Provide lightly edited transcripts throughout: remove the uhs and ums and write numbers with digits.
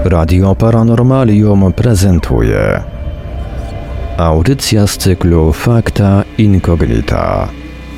Radio Paranormalium prezentuje audycja z cyklu Facta Incognita.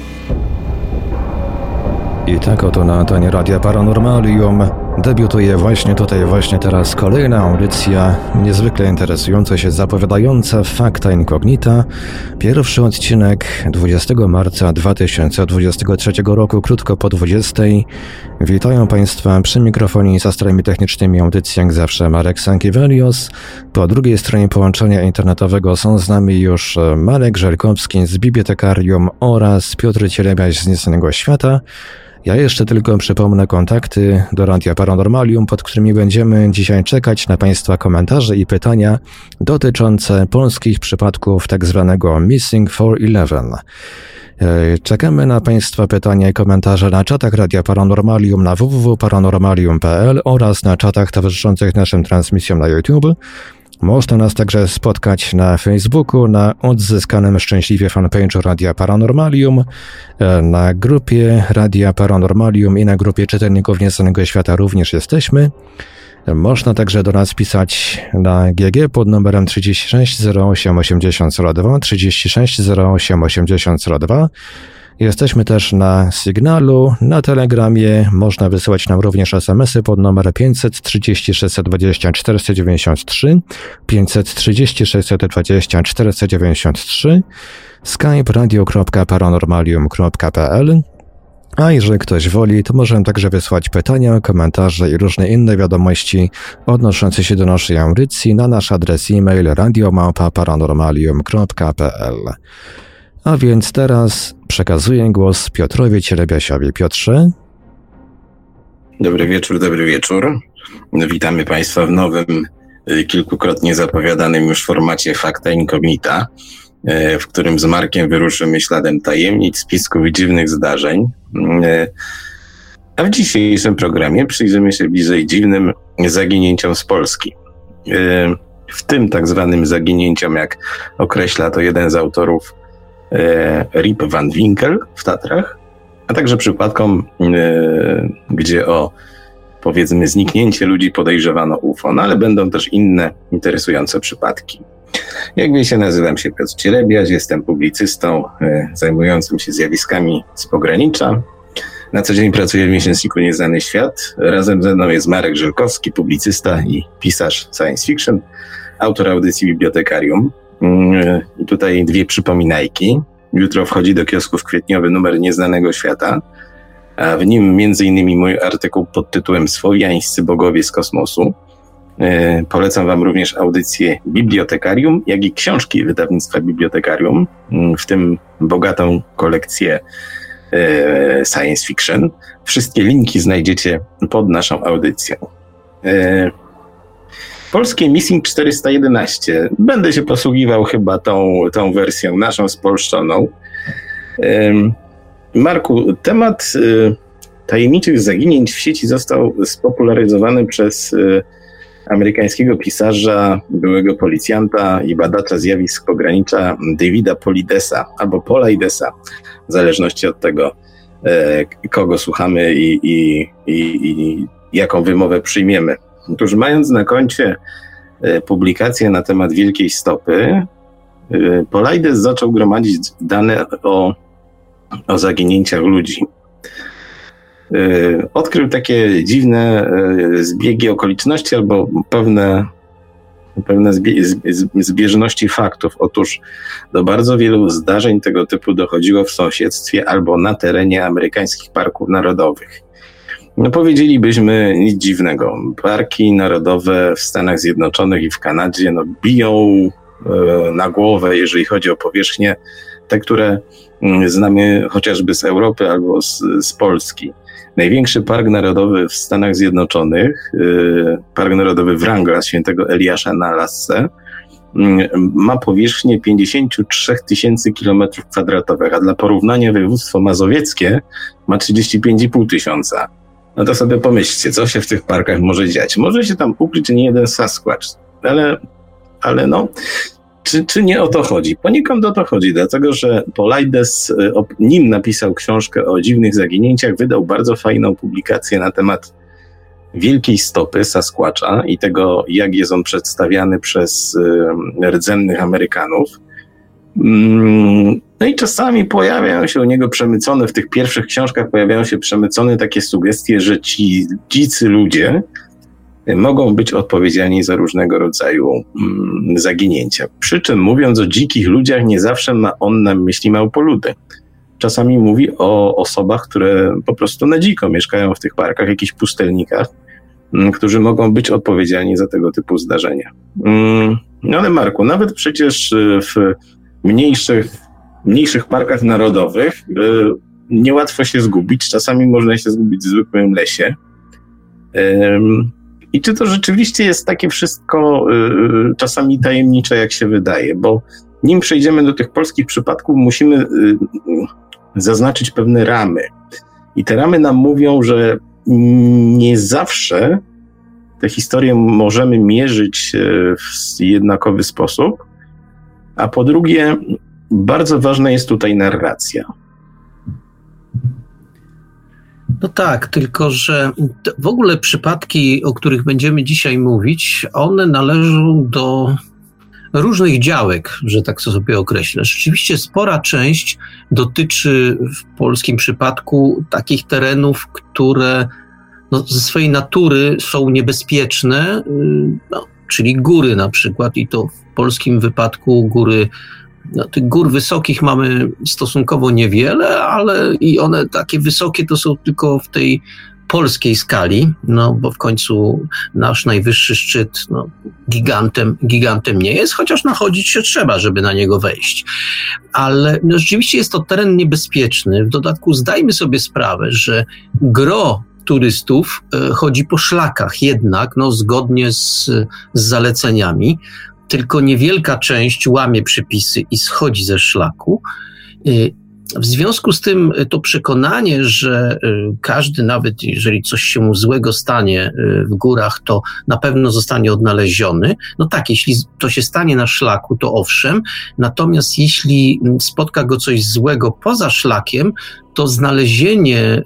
I tak oto na antenie Radia Paranormalium debiutuje właśnie tutaj, właśnie teraz kolejna audycja niezwykle interesująca się, zapowiadająca Facta Incognita. Pierwszy odcinek 20 marca 2023 roku, krótko po 20. Witają Państwa przy mikrofonie i za starami technicznymi audycji jak zawsze Marek Sankiewelios. Po drugiej stronie połączenia internetowego są z nami już Marek Żelkowski z Bibliotekarium oraz Piotr Cielebiaś z Nieznanego Świata. Ja jeszcze tylko przypomnę kontakty do Radia Paranormalium, pod którymi będziemy dzisiaj czekać na Państwa komentarze i pytania dotyczące polskich przypadków tak zwanego Missing 411. Czekamy na Państwa pytania i komentarze na czatach Radia Paranormalium na www.paranormalium.pl oraz na czatach towarzyszących naszym transmisjom na YouTube. Można nas także spotkać na Facebooku, na odzyskanym szczęśliwie fanpage'u Radia Paranormalium, na grupie Radia Paranormalium i na grupie czytelników Nieznanego Świata również jesteśmy. Można także do nas pisać na GG pod numerem 36 08 8002, 36 08 8002. Jesteśmy też na Signalu, na Telegramie, można wysyłać nam również SMS-y pod numer 530 620 493, 530 620 493, skype radio.paranormalium.pl. A jeżeli ktoś woli, to możemy także wysłać pytania, komentarze i różne inne wiadomości odnoszące się do naszej audycji na nasz adres e-mail radio@paranormalium.pl. A więc teraz przekazuję głos Piotrowi Cielebiasiowi. Piotrze? Dobry wieczór. Witamy Państwa w nowym, kilkukrotnie zapowiadanym już formacie Facta Incognita, w którym z Markiem wyruszymy śladem tajemnic, spisków i dziwnych zdarzeń. A w dzisiejszym programie przyjrzymy się bliżej dziwnym zaginięciom z Polski. W tym tak zwanym zaginięciom, jak określa to jeden z autorów, Rip Van Winkle w Tatrach, a także przypadkom, gdzie o, powiedzmy, zniknięcie ludzi podejrzewano UFO, no ale będą też inne interesujące przypadki. Jak wiecie, nazywam się Piotr Cielebiaś, jestem publicystą zajmującym się zjawiskami z pogranicza. Na co dzień pracuję w miesięczniku Nieznany Świat. Razem ze mną jest Marek Żelkowski, publicysta i pisarz science fiction, autor audycji Bibliotekarium. I tutaj dwie przypominajki. Jutro wchodzi do kiosków kwietniowy numer Nieznanego Świata, a w nim m.in. mój artykuł pod tytułem Słowiańscy bogowie z kosmosu. Polecam Wam również audycję Bibliotekarium, jak i książki wydawnictwa Bibliotekarium, w tym bogatą kolekcję science fiction. Wszystkie linki znajdziecie pod naszą audycją. Polskie Missing 411. Będę się posługiwał chyba tą wersją naszą spolszczoną. Marku, temat tajemniczych zaginięć w sieci został spopularyzowany przez amerykańskiego pisarza, byłego policjanta i badacza zjawisk pogranicza Davida Polidesa albo Polidesa, w zależności od tego, kogo słuchamy i jaką wymowę przyjmiemy. Otóż mając na koncie publikacje na temat Wielkiej Stopy, Polides zaczął gromadzić dane o zaginięciach ludzi. Odkrył takie dziwne zbiegi okoliczności albo pewne zbieżności faktów. Otóż do bardzo wielu zdarzeń tego typu dochodziło w sąsiedztwie albo na terenie amerykańskich parków narodowych. No powiedzielibyśmy nic dziwnego. Parki narodowe w Stanach Zjednoczonych i w Kanadzie biją na głowę, jeżeli chodzi o powierzchnię, te, które znamy chociażby z Europy albo z Polski. Największy park narodowy w Stanach Zjednoczonych, Park Narodowy Wrangell świętego Eliasza na Alasce, ma powierzchnię 53 tysięcy km², a dla porównania województwo mazowieckie ma 35,5 tysiąca. No to sobie pomyślcie, co się w tych parkach może dziać. Może się tam ukryć nie jeden Sasquatch, ale no, czy nie o to chodzi? Poniekąd o to chodzi, dlatego że Polides, nim napisał książkę o dziwnych zaginięciach, wydał bardzo fajną publikację na temat wielkiej stopy Sasquatcha i tego, jak jest on przedstawiany przez rdzennych Amerykanów. No i czasami pojawiają się u niego przemycone, w tych pierwszych książkach pojawiają się przemycone takie sugestie, że ci dzicy ludzie mogą być odpowiedzialni za różnego rodzaju zaginięcia. Przy czym mówiąc o dzikich ludziach, nie zawsze ma on na myśli małpoludy. Czasami mówi o osobach, które po prostu na dziko mieszkają w tych parkach, jakichś pustelnikach, którzy mogą być odpowiedzialni za tego typu zdarzenia. No ale Marku, nawet przecież w mniejszych parkach narodowych niełatwo się zgubić. Czasami można się zgubić w zwykłym lesie. I czy to rzeczywiście jest takie wszystko czasami tajemnicze, jak się wydaje? Bo nim przejdziemy do tych polskich przypadków, musimy zaznaczyć pewne ramy. I te ramy nam mówią, że nie zawsze te historie możemy mierzyć w jednakowy sposób, a po drugie, bardzo ważna jest tutaj narracja. No tak, tylko że w ogóle przypadki, o których będziemy dzisiaj mówić, one należą do różnych działek, że tak sobie określę. Rzeczywiście spora część dotyczy w polskim przypadku takich terenów, które ze swojej natury są niebezpieczne, czyli góry na przykład, i to w polskim wypadku góry. Tych gór wysokich mamy stosunkowo niewiele, ale i one takie wysokie to są tylko w tej polskiej skali, bo w końcu nasz najwyższy szczyt gigantem nie jest, chociaż nachodzić się trzeba, żeby na niego wejść. Ale rzeczywiście jest to teren niebezpieczny. W dodatku zdajmy sobie sprawę, że gro turystów chodzi po szlakach jednak, zgodnie z zaleceniami, tylko niewielka część łamie przepisy i schodzi ze szlaku. W związku z tym to przekonanie, że każdy, nawet jeżeli coś się mu złego stanie w górach, to na pewno zostanie odnaleziony. No tak, jeśli to się stanie na szlaku, to owszem, natomiast jeśli spotka go coś złego poza szlakiem, to znalezienie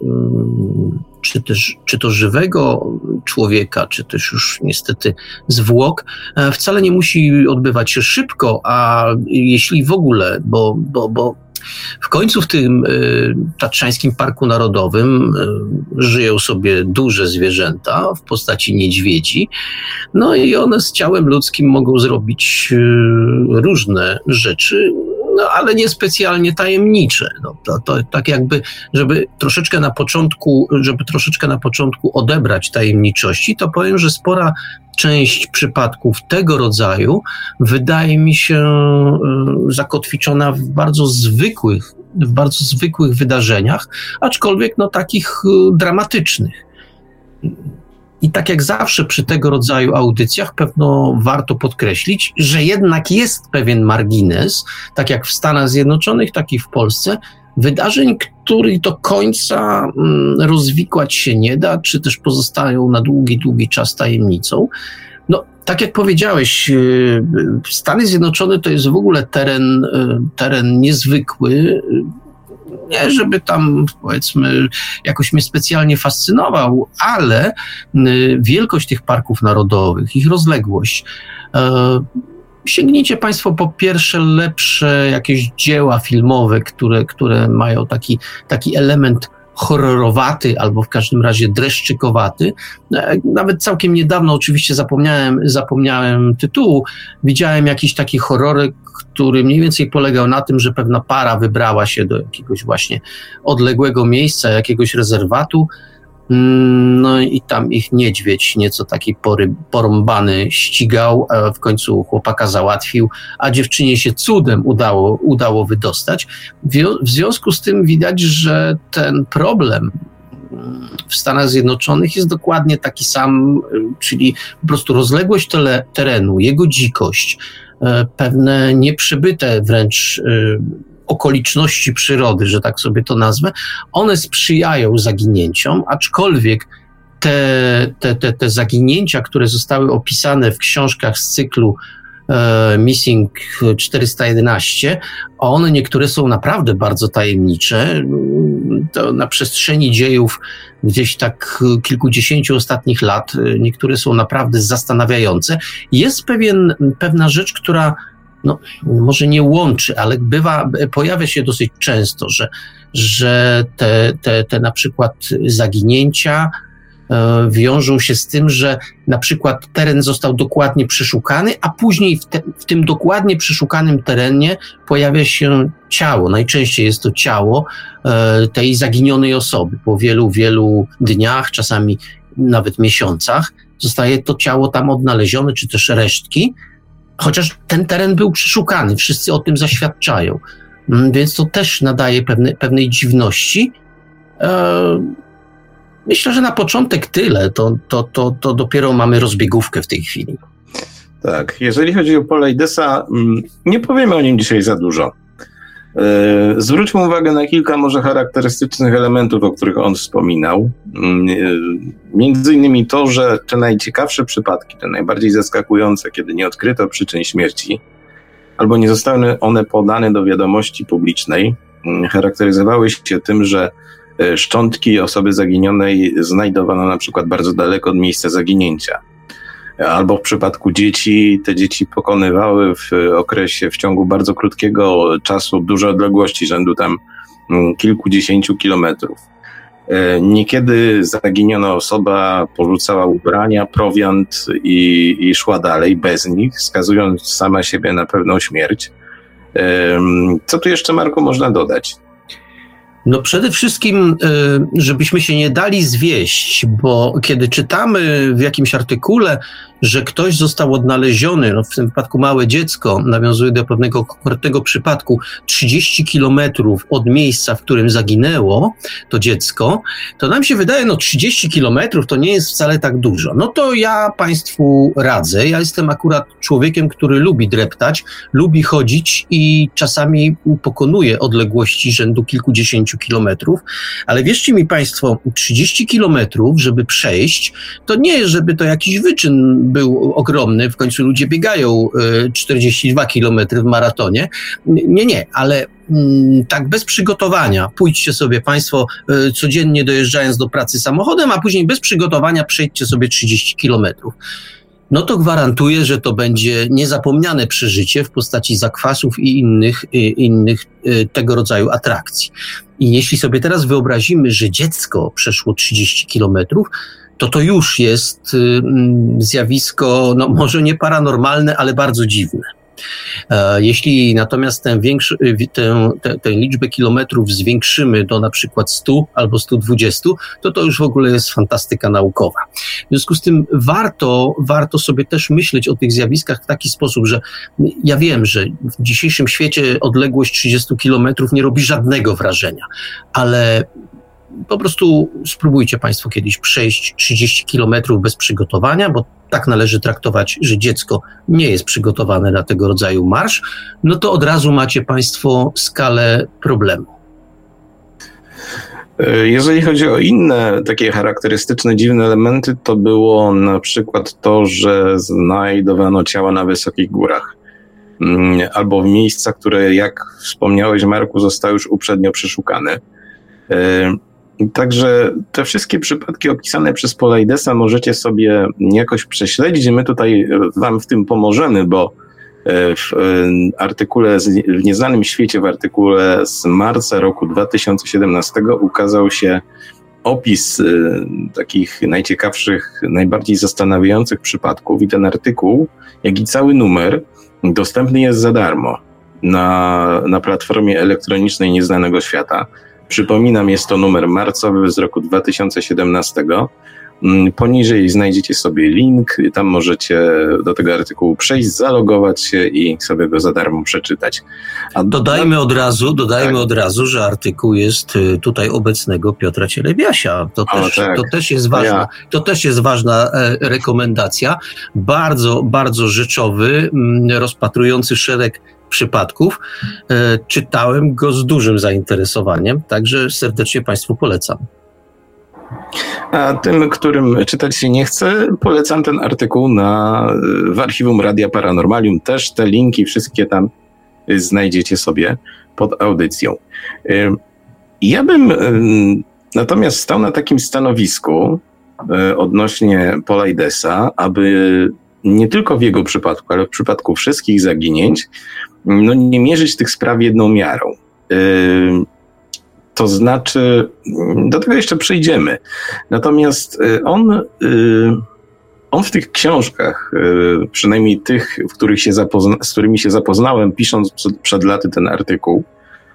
czy to żywego człowieka, czy też już niestety zwłok, wcale nie musi odbywać się szybko, a jeśli w ogóle, bo w końcu w tym Tatrzańskim Parku Narodowym żyją sobie duże zwierzęta w postaci niedźwiedzi, i one z ciałem ludzkim mogą zrobić różne rzeczy, ale niespecjalnie tajemnicze. To tak jakby, żeby troszeczkę na początku odebrać tajemniczości, to powiem, że spora część przypadków tego rodzaju wydaje mi się zakotwiczona w bardzo zwykłych wydarzeniach, aczkolwiek takich dramatycznych. I tak jak zawsze przy tego rodzaju audycjach pewno warto podkreślić, że jednak jest pewien margines, tak jak w Stanach Zjednoczonych, tak i w Polsce, wydarzeń, których do końca rozwikłać się nie da, czy też pozostają na długi czas tajemnicą. Tak jak powiedziałeś, Stany Zjednoczone to jest w ogóle teren niezwykły. Nie, żeby tam, powiedzmy, jakoś mnie specjalnie fascynował, ale wielkość tych parków narodowych, ich rozległość. Sięgnijcie Państwo po pierwsze lepsze jakieś dzieła filmowe, które mają taki element horrorowaty, albo w każdym razie dreszczykowaty. Nawet całkiem niedawno, oczywiście zapomniałem tytułu, widziałem jakiś taki horrorek, który mniej więcej polegał na tym, że pewna para wybrała się do jakiegoś właśnie odległego miejsca, jakiegoś rezerwatu, i tam ich niedźwiedź nieco taki porąbany ścigał, a w końcu chłopaka załatwił, a dziewczynie się cudem udało wydostać. W związku z tym widać, że ten problem w Stanach Zjednoczonych jest dokładnie taki sam, czyli po prostu rozległość terenu, jego dzikość, pewne nieprzebyte wręcz okoliczności przyrody, że tak sobie to nazwę, one sprzyjają zaginięciom, aczkolwiek te zaginięcia, które zostały opisane w książkach z cyklu Missing 411, one niektóre są naprawdę bardzo tajemnicze. To na przestrzeni dziejów gdzieś tak kilkudziesięciu ostatnich lat niektóre są naprawdę zastanawiające. Jest pewna rzecz, która może nie łączy, ale pojawia się dosyć często, że te na przykład zaginięcia wiążą się z tym, że na przykład teren został dokładnie przeszukany, a później w tym dokładnie przeszukanym terenie pojawia się ciało. Najczęściej jest to ciało tej zaginionej osoby. Po wielu, wielu dniach, czasami nawet miesiącach zostaje to ciało tam odnalezione, czy też resztki, chociaż ten teren był przeszukany, wszyscy o tym zaświadczają. Więc to też nadaje pewnej dziwności. Myślę, że na początek tyle, to dopiero mamy rozbiegówkę w tej chwili. Tak, jeżeli chodzi o Poleidesa, nie powiemy o nim dzisiaj za dużo. Zwróćmy uwagę na kilka może charakterystycznych elementów, o których on wspominał. Między innymi to, że te najciekawsze przypadki, te najbardziej zaskakujące, kiedy nie odkryto przyczyn śmierci, albo nie zostały one podane do wiadomości publicznej, charakteryzowały się tym, że szczątki osoby zaginionej znajdowano na przykład bardzo daleko od miejsca zaginięcia. Albo w przypadku dzieci, te dzieci pokonywały w ciągu bardzo krótkiego czasu duże odległości, rzędu tam kilkudziesięciu kilometrów. Niekiedy zaginiona osoba porzucała ubrania, prowiant i szła dalej bez nich, skazując sama siebie na pewną śmierć. Co tu jeszcze, Marku, można dodać? Przede wszystkim, żebyśmy się nie dali zwieść, bo kiedy czytamy w jakimś artykule, że ktoś został odnaleziony, w tym wypadku małe dziecko, nawiązuje do pewnego konkretnego przypadku, 30 kilometrów od miejsca, w którym zaginęło to dziecko, to nam się wydaje, 30 kilometrów to nie jest wcale tak dużo. To ja Państwu radzę, ja jestem akurat człowiekiem, który lubi dreptać, lubi chodzić i czasami pokonuje odległości rzędu kilkudziesięciu kilometrów, ale wierzcie mi Państwo, 30 kilometrów, żeby przejść, to nie, żeby to jakiś wyczyn był ogromny, w końcu ludzie biegają 42 kilometry w maratonie. Nie, ale tak bez przygotowania, pójdźcie sobie Państwo codziennie dojeżdżając do pracy samochodem, a później bez przygotowania przejdźcie sobie 30 kilometrów. To gwarantuję, że to będzie niezapomniane przeżycie w postaci zakwasów i innych tego rodzaju atrakcji. I jeśli sobie teraz wyobrazimy, że dziecko przeszło 30 kilometrów, to już jest zjawisko, może nie paranormalne, ale bardzo dziwne. Jeśli natomiast tę liczbę kilometrów zwiększymy do na przykład 100 albo 120, to już w ogóle jest fantastyka naukowa. W związku z tym warto sobie też myśleć o tych zjawiskach w taki sposób, że ja wiem, że w dzisiejszym świecie odległość 30 kilometrów nie robi żadnego wrażenia, ale po prostu spróbujcie Państwo kiedyś przejść 30 kilometrów bez przygotowania, bo tak należy traktować, że dziecko nie jest przygotowane na tego rodzaju marsz, to od razu macie Państwo skalę problemu. Jeżeli chodzi o inne takie charakterystyczne, dziwne elementy, to było na przykład to, że znajdowano ciała na wysokich górach albo w miejscach, które, jak wspomniałeś, Marku, zostały już uprzednio przeszukane. Także te wszystkie przypadki opisane przez Poleidesa możecie sobie jakoś prześledzić. My tutaj wam w tym pomożemy, bo w artykule w Nieznanym Świecie, w artykule z marca roku 2017 ukazał się opis takich najciekawszych, najbardziej zastanawiających przypadków i ten artykuł, jak i cały numer dostępny jest za darmo na platformie elektronicznej Nieznanego Świata. Przypominam, jest to numer marcowy z roku 2017. Poniżej znajdziecie sobie link, tam możecie do tego artykułu przejść, zalogować się i sobie go za darmo przeczytać. Dodajmy od razu, że artykuł jest tutaj obecnego Piotra Cielebiasia. To też jest ważna rekomendacja. Bardzo, bardzo rzeczowy, rozpatrujący szereg przypadków. Czytałem go z dużym zainteresowaniem, także serdecznie Państwu polecam. A tym, którym czytać się nie chce, polecam ten artykuł w archiwum Radia Paranormalium. Też te linki wszystkie tam znajdziecie sobie pod audycją. Ja bym natomiast stał na takim stanowisku odnośnie Polaidesa, aby nie tylko w jego przypadku, ale w przypadku wszystkich zaginięć, nie mierzyć tych spraw jedną miarą. To znaczy, do tego jeszcze przejdziemy. Natomiast on w tych książkach, przynajmniej tych, z którymi się zapoznałem, pisząc przed laty ten artykuł,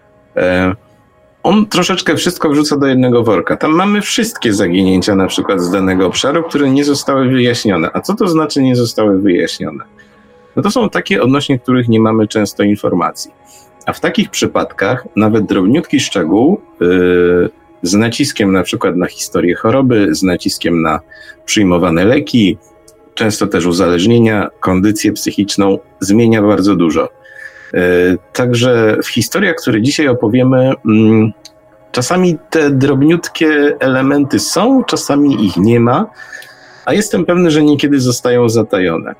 on troszeczkę wszystko wrzuca do jednego worka. Tam mamy wszystkie zaginięcia na przykład z danego obszaru, które nie zostały wyjaśnione. A co to znaczy nie zostały wyjaśnione? No to są takie, odnośnie których nie mamy często informacji. A w takich przypadkach nawet drobniutki szczegół z naciskiem na przykład na historię choroby, z naciskiem na przyjmowane leki, często też uzależnienia, kondycję psychiczną zmienia bardzo dużo. Także w historiach, które dzisiaj opowiemy, czasami te drobniutkie elementy są, czasami ich nie ma, a jestem pewny, że niekiedy zostają zatajone.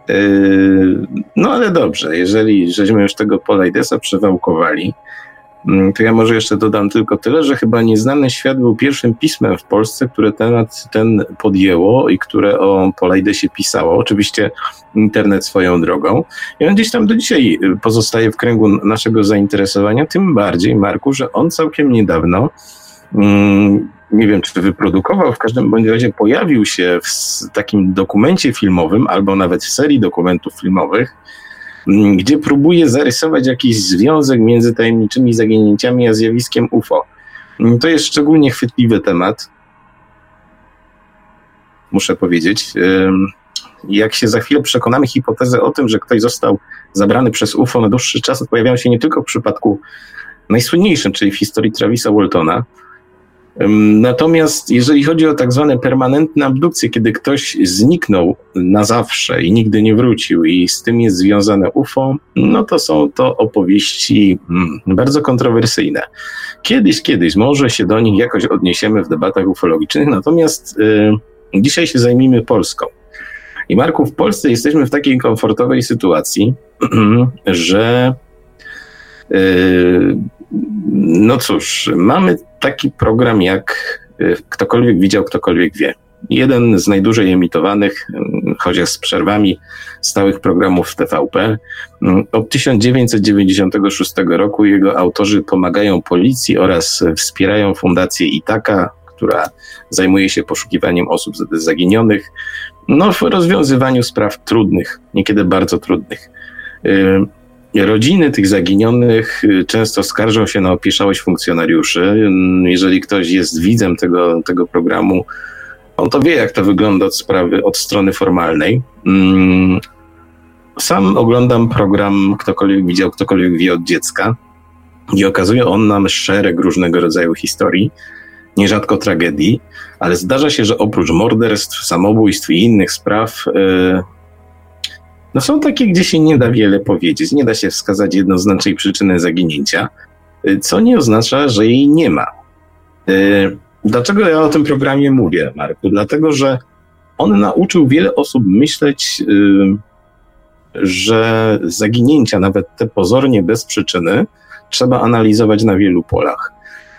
No ale dobrze, jeżeli żeśmy już tego Polaidesa przewałkowali, to ja może jeszcze dodam tylko tyle, że chyba Nieznany Świat był pierwszym pismem w Polsce, które temat ten podjęło i które o Polaidesie pisało. Oczywiście internet swoją drogą. I on gdzieś tam do dzisiaj pozostaje w kręgu naszego zainteresowania, tym bardziej, Marku, że on całkiem niedawno, nie wiem, czy wyprodukował, w każdym bądź razie pojawił się w takim dokumencie filmowym, albo nawet w serii dokumentów filmowych, gdzie próbuje zarysować jakiś związek między tajemniczymi zaginięciami a zjawiskiem UFO. To jest szczególnie chwytliwy temat, muszę powiedzieć. Jak się za chwilę przekonamy, hipotezę o tym, że ktoś został zabrany przez UFO na dłuższy czas, pojawiają się nie tylko w przypadku najsłynniejszym, czyli w historii Travisa Waltona. Natomiast jeżeli chodzi o tak zwane permanentne abdukcje, kiedy ktoś zniknął na zawsze i nigdy nie wrócił i z tym jest związane UFO, no to są to opowieści bardzo kontrowersyjne. Kiedyś może się do nich jakoś odniesiemy w debatach ufologicznych, natomiast dzisiaj się zajmijmy Polską. I Marku, w Polsce jesteśmy w takiej komfortowej sytuacji, że no cóż, mamy taki program jak Ktokolwiek widział, ktokolwiek wie. Jeden z najdłużej emitowanych, chociaż z przerwami, stałych programów w TVP. Od 1996 roku jego autorzy pomagają policji oraz wspierają Fundację Itaka, która zajmuje się poszukiwaniem osób zaginionych, w rozwiązywaniu spraw trudnych, niekiedy bardzo trudnych. Rodziny tych zaginionych często skarżą się na opieszałość funkcjonariuszy. Jeżeli ktoś jest widzem tego programu, on to wie, jak to wygląda od strony formalnej. Sam oglądam program Ktokolwiek widział, ktokolwiek wie od dziecka i okazuje on nam szereg różnego rodzaju historii, nierzadko tragedii, ale zdarza się, że oprócz morderstw, samobójstw i innych spraw są takie, gdzie się nie da wiele powiedzieć. Nie da się wskazać jednoznacznej przyczyny zaginięcia, co nie oznacza, że jej nie ma. Dlaczego ja o tym programie mówię, Marku? Dlatego, że on nauczył wiele osób myśleć, że zaginięcia, nawet te pozornie bez przyczyny, trzeba analizować na wielu polach.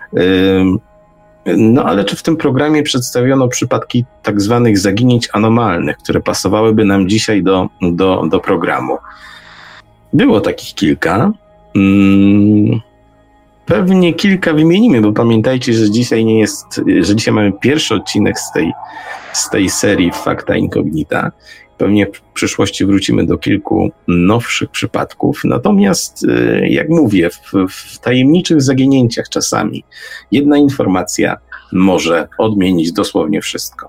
Ale czy w tym programie przedstawiono przypadki tak zwanych zaginięć anomalnych, które pasowałyby nam dzisiaj do programu? Było takich kilka. Pewnie kilka wymienimy, bo pamiętajcie, że że dzisiaj mamy pierwszy odcinek z tej serii Facta Incognita. Pewnie w przyszłości wrócimy do kilku nowszych przypadków. Natomiast, jak mówię, w tajemniczych zaginięciach czasami jedna informacja może odmienić dosłownie wszystko.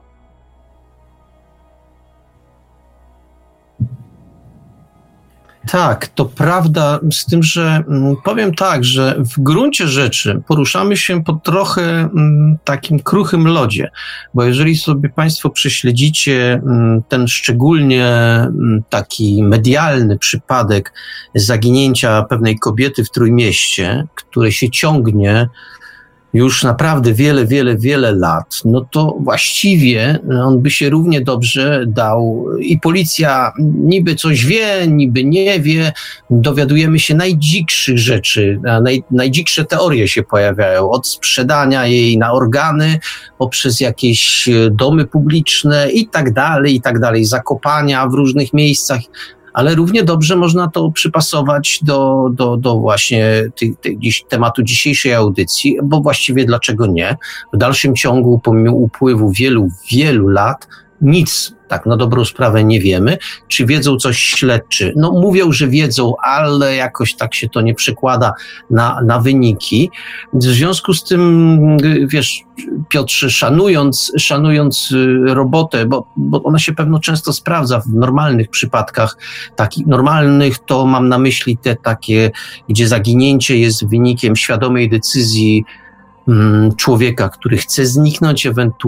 Tak, to prawda, z tym, że powiem tak, że w gruncie rzeczy poruszamy się po trochę takim kruchym lodzie, bo jeżeli sobie Państwo prześledzicie ten szczególnie taki medialny przypadek zaginięcia pewnej kobiety w Trójmieście, które się ciągnie już naprawdę wiele lat, no to właściwie on by się równie dobrze dał i policja niby coś wie, niby nie wie, dowiadujemy się najdzikszych rzeczy, najdziksze teorie się pojawiają, od sprzedania jej na organy, poprzez jakieś domy publiczne i tak dalej, zakopania w różnych miejscach. Ale równie dobrze można to przypasować do właśnie tematu dzisiejszej audycji, bo właściwie dlaczego nie? W dalszym ciągu, pomimo upływu wielu lat, nic tak na dobrą sprawę nie wiemy. Czy wiedzą coś śledczy? No mówią, że wiedzą, ale jakoś tak się to nie przekłada na wyniki. W związku z tym, wiesz, Piotrze, szanując robotę, bo ona się pewno często sprawdza w normalnych przypadkach, takich normalnych to mam na myśli te takie, gdzie zaginięcie jest wynikiem świadomej decyzji człowieka, który chce zniknąć,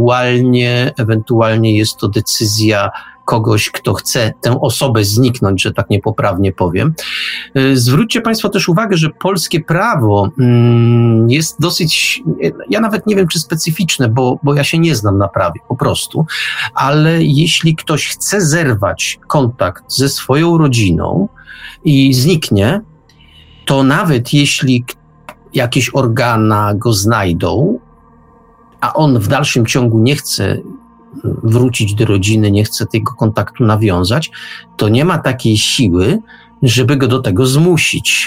ewentualnie jest to decyzja kogoś, kto chce tę osobę zniknąć, że tak niepoprawnie powiem. Zwróćcie Państwo też uwagę, że polskie prawo jest dosyć, ja nawet nie wiem, czy specyficzne, bo ja się nie znam na prawie, po prostu, ale jeśli ktoś chce zerwać kontakt ze swoją rodziną i zniknie, to nawet jeśli jakieś organa go znajdą, a on w dalszym ciągu nie chce wrócić do rodziny, nie chce tego kontaktu nawiązać, to nie ma takiej siły, żeby go do tego zmusić.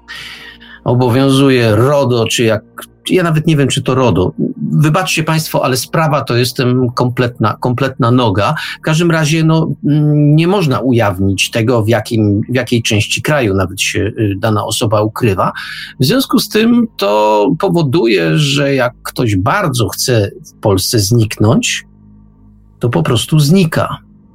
Obowiązuje RODO, ja nawet nie wiem, czy to RODO. Wybaczcie Państwo, ale sprawa to jestem kompletna noga. W każdym razie nie można ujawnić tego, w jakiej części kraju nawet się dana osoba ukrywa. W związku z tym to powoduje, że jak ktoś bardzo chce w Polsce zniknąć, to po prostu znika.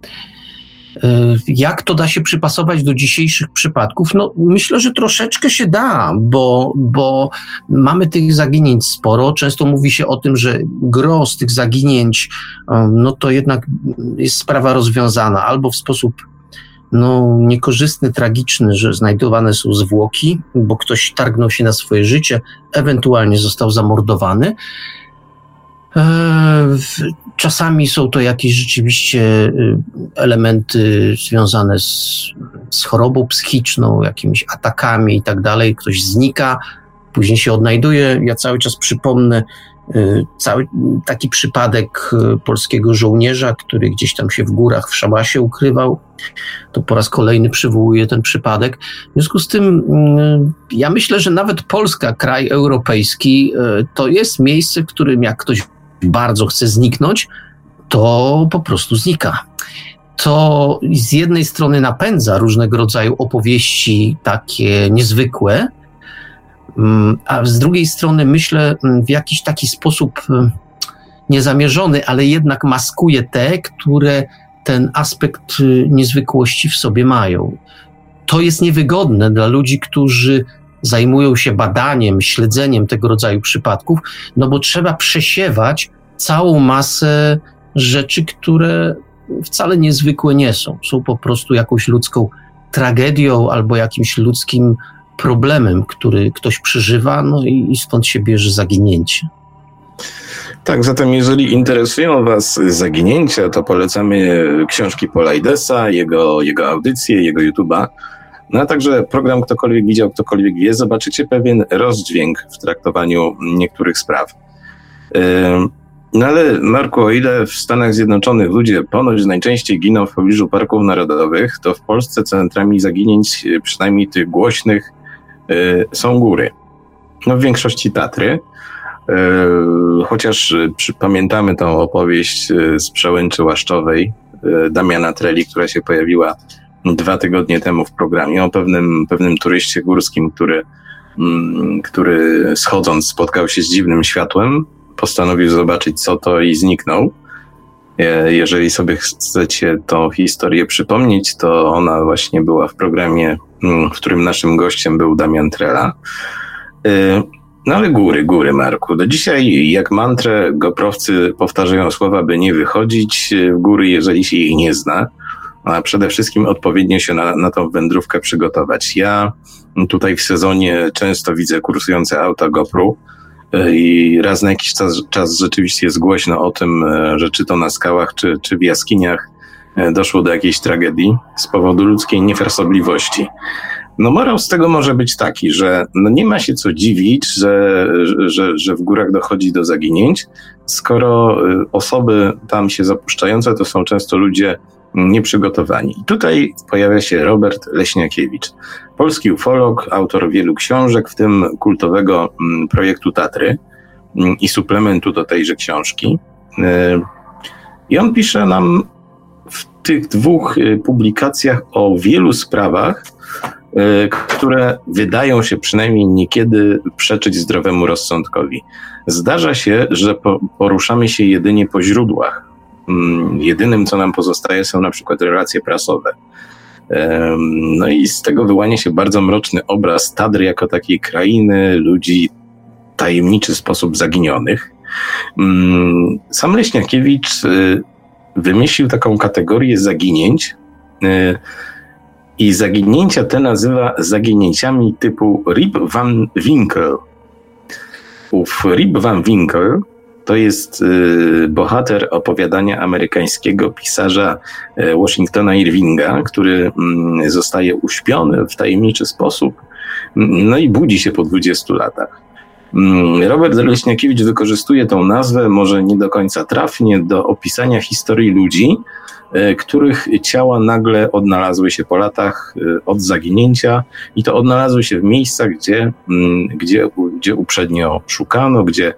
Jak to da się przypasować do dzisiejszych przypadków? No, myślę, że troszeczkę się da, bo mamy tych zaginięć sporo. Często mówi się o tym, że gros tych zaginięć, no to jednak jest sprawa rozwiązana albo w sposób niekorzystny, tragiczny, że znajdowane są zwłoki, bo ktoś targnął się na swoje życie, ewentualnie został zamordowany. Czasami są to jakieś rzeczywiście elementy związane z chorobą psychiczną, jakimiś atakami i tak dalej. Ktoś znika, później się odnajduje. Ja cały czas przypomnę cały taki przypadek polskiego żołnierza, który gdzieś tam się w górach w szałasie ukrywał. To po raz kolejny przywołuję ten przypadek. W związku z tym ja myślę, że nawet Polska, kraj europejski, to jest miejsce, w którym jak ktoś bardzo chce zniknąć, to po prostu znika. To z jednej strony napędza różnego rodzaju opowieści takie niezwykłe, a z drugiej strony myślę w jakiś taki sposób niezamierzony, ale jednak maskuje te, które ten aspekt niezwykłości w sobie mają. To jest niewygodne dla ludzi, którzy zajmują się badaniem, śledzeniem tego rodzaju przypadków, bo trzeba przesiewać całą masę rzeczy, które wcale niezwykłe nie są. Są po prostu jakąś ludzką tragedią albo jakimś ludzkim problemem, który ktoś przeżywa, i stąd się bierze zaginięcie. Tak, zatem jeżeli interesują Was zaginięcia, to polecamy książki Paula Idesa, jego audycje, jego YouTube'a. A także program Ktokolwiek widział, ktokolwiek wie, zobaczycie pewien rozdźwięk w traktowaniu niektórych spraw. Ale Marku, o ile w Stanach Zjednoczonych ludzie ponoć najczęściej giną w pobliżu parków narodowych, to w Polsce centrami zaginięć, przynajmniej tych głośnych, są góry. W większości Tatry. Chociaż pamiętamy tą opowieść z Przełęczy Łaszczowej Damiana Treli, która się pojawiła 2 tygodnie temu w programie, o pewnym turyście górskim, który schodząc spotkał się z dziwnym światłem, postanowił zobaczyć co to i zniknął. Jeżeli sobie chcecie tą historię przypomnieć, to ona właśnie była w programie, w którym naszym gościem był Damian Trela. Ale góry, Marku. Do dzisiaj jak mantrę goprowcy powtarzają słowa, by nie wychodzić w góry, jeżeli się ich nie zna, a przede wszystkim odpowiednio się na tą wędrówkę przygotować. Ja tutaj w sezonie często widzę kursujące auta GoPro. i raz na jakiś czas rzeczywiście jest głośno o tym, że czy to na skałach, czy w jaskiniach doszło do jakiejś tragedii z powodu ludzkiej niefrasobliwości. No morał z tego może być taki, że no nie ma się co dziwić, że w górach dochodzi do zaginięć, skoro osoby tam się zapuszczające to są często ludzie nieprzygotowani. I tutaj pojawia się Robert Leśniakiewicz, polski ufolog, autor wielu książek, w tym kultowego projektu Tatry i suplementu do tejże książki. I on pisze nam w tych 2 publikacjach o wielu sprawach, które wydają się przynajmniej niekiedy przeczyć zdrowemu rozsądkowi. Zdarza się, że poruszamy się jedynie po źródłach. Jedynym, co nam pozostaje, są na przykład relacje prasowe. No i z tego wyłania się bardzo mroczny obraz Tatry jako takiej krainy ludzi w tajemniczy sposób zaginionych. Sam Leśniakiewicz wymyślił taką kategorię zaginięć i zaginięcia te nazywa zaginięciami typu Rip Van Winkle. Ów Rip Van Winkle to jest bohater opowiadania amerykańskiego pisarza Washingtona Irvinga, który zostaje uśpiony w tajemniczy sposób, no i budzi się po 20 latach. Robert Leśniakiewicz wykorzystuje tą nazwę, może nie do końca trafnie, do opisania historii ludzi, których ciała nagle odnalazły się po latach od zaginięcia i to odnalazły się w miejscach, gdzie uprzednio szukano, gdzie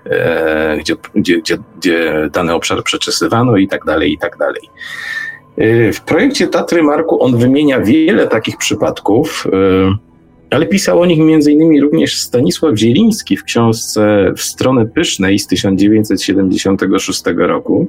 dany obszar przeczesywano i tak dalej, i tak dalej. W projekcie Tatry, Marku, on wymienia wiele takich przypadków, ale pisał o nich m.in. również Stanisław Zieliński w książce W stronę pysznej z 1976 roku.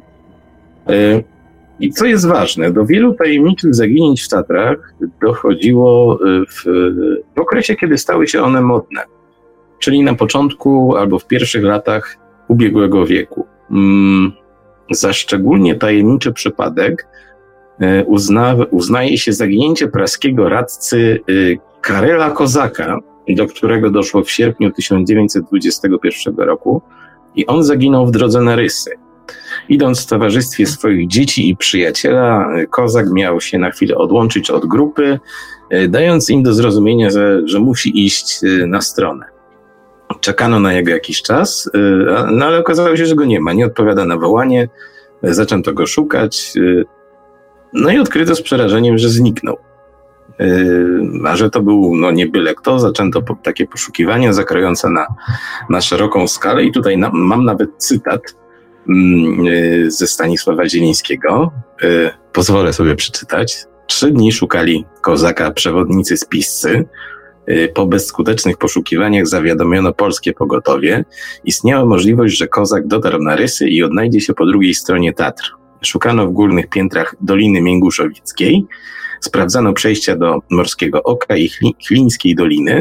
I co jest ważne, do wielu tajemniczych zaginięć w Tatrach dochodziło w okresie, kiedy stały się one modne, czyli na początku albo w pierwszych latach ubiegłego wieku. Za szczególnie tajemniczy przypadek uznaje się zaginięcie praskiego radcy Karela Kozaka, do którego doszło w sierpniu 1921 roku i on zaginął w drodze na Rysy. Idąc w towarzystwie swoich dzieci i przyjaciela, Kozak miał się na chwilę odłączyć od grupy, dając im do zrozumienia, że musi iść na stronę. Czekano na jego jakiś czas, no ale okazało się, że go nie ma, nie odpowiada na wołanie, zaczęto go szukać, no i odkryto z przerażeniem, że zniknął. A że to był nie byle kto, zaczęto takie poszukiwania zakrojące na szeroką skalę i tutaj mam nawet cytat ze Stanisława Zielińskiego. Pozwolę sobie przeczytać. 3 dni szukali Kozaka przewodnicy spiscy. Po bezskutecznych poszukiwaniach zawiadomiono polskie pogotowie. Istniała możliwość, że Kozak dotarł na Rysy i odnajdzie się po drugiej stronie Tatr. Szukano w górnych piętrach Doliny Mięguszowickiej. Sprawdzano przejścia do Morskiego Oka i Chlińskiej Doliny.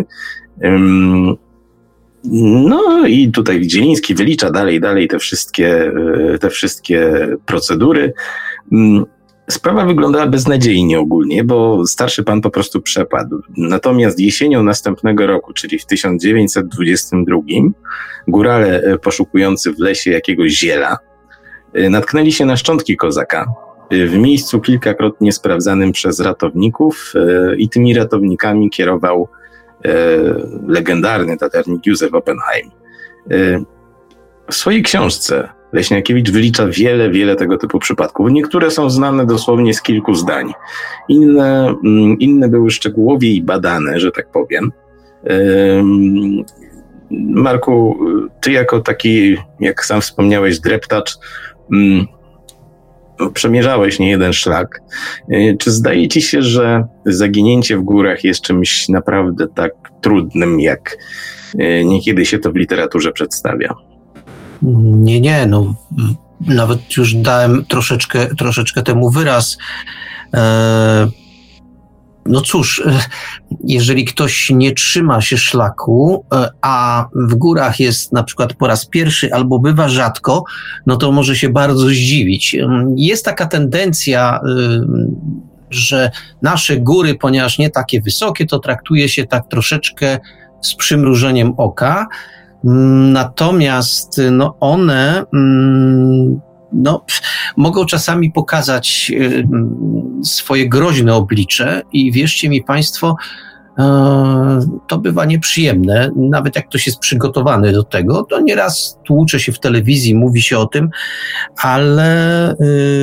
No i tutaj Zieliński wylicza dalej te wszystkie procedury. Sprawa wyglądała beznadziejnie ogólnie, bo starszy pan po prostu przepadł. Natomiast jesienią następnego roku, czyli w 1922, górale poszukujący w lesie jakiegoś ziela natknęli się na szczątki Kozaka w miejscu kilkakrotnie sprawdzanym przez ratowników i tymi ratownikami kierował legendarny tatarnik Józef Oppenheim. W swojej książce Leśniakiewicz wylicza wiele tego typu przypadków. Niektóre są znane dosłownie z kilku zdań. Inne były szczegółowiej badane, że tak powiem. Marku, ty jako taki, jak sam wspomniałeś, dreptacz, przemierzałeś niejeden szlak. Czy zdaje ci się, że zaginięcie w górach jest czymś naprawdę tak trudnym, jak niekiedy się to w literaturze przedstawia? Nie, nawet już dałem troszeczkę temu wyraz. No cóż, jeżeli ktoś nie trzyma się szlaku, a w górach jest na przykład po raz pierwszy albo bywa rzadko, no to może się bardzo zdziwić. Jest taka tendencja, że nasze góry, ponieważ nie takie wysokie, to traktuje się tak troszeczkę z przymrużeniem oka. Natomiast one mogą czasami pokazać swoje groźne oblicze i wierzcie mi Państwo, to bywa nieprzyjemne, nawet jak ktoś jest przygotowany do tego, to nieraz tłucze się w telewizji, mówi się o tym, ale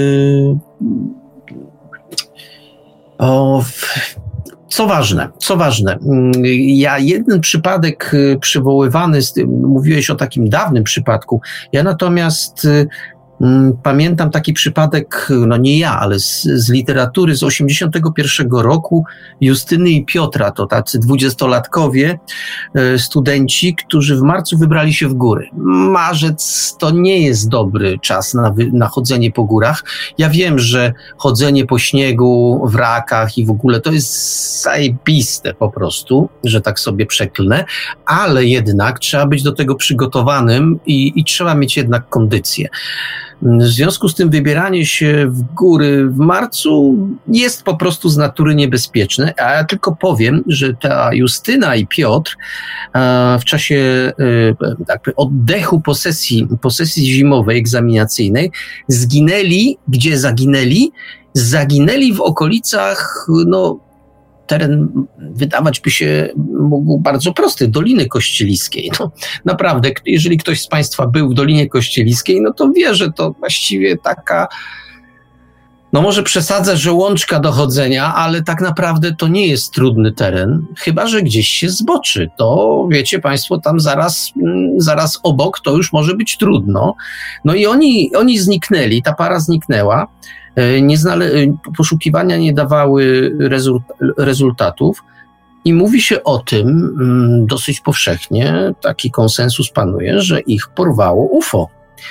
co ważne, ja jeden przypadek przywoływany, mówiłeś o takim dawnym przypadku, ja natomiast pamiętam taki przypadek, nie ja, ale z literatury z 81 roku, Justyny i Piotra, to tacy 20-latkowie, studenci, którzy w marcu wybrali się w góry. Marzec to nie jest dobry czas na chodzenie po górach. Ja wiem, że chodzenie po śniegu, wrakach i w ogóle to jest zajebiste po prostu, że tak sobie przeklnę, ale jednak trzeba być do tego przygotowanym i trzeba mieć jednak kondycję. W związku z tym wybieranie się w góry w marcu jest po prostu z natury niebezpieczne, a ja tylko powiem, że ta Justyna i Piotr w czasie oddechu posesji zimowej egzaminacyjnej zginęli. Gdzie zaginęli? Zaginęli w okolicach, teren wydawać by się mógł bardzo prosty, Doliny Kościeliskiej. Naprawdę, jeżeli ktoś z Państwa był w Dolinie Kościeliskiej, to wie, że to właściwie taka, może przesadzę, że łączka do chodzenia, ale tak naprawdę to nie jest trudny teren, chyba że gdzieś się zboczy. To wiecie Państwo, tam zaraz obok to już może być trudno. I oni zniknęli, ta para zniknęła. Poszukiwania nie dawały rezultatów i mówi się o tym dosyć powszechnie, taki konsensus panuje, że ich porwało UFO.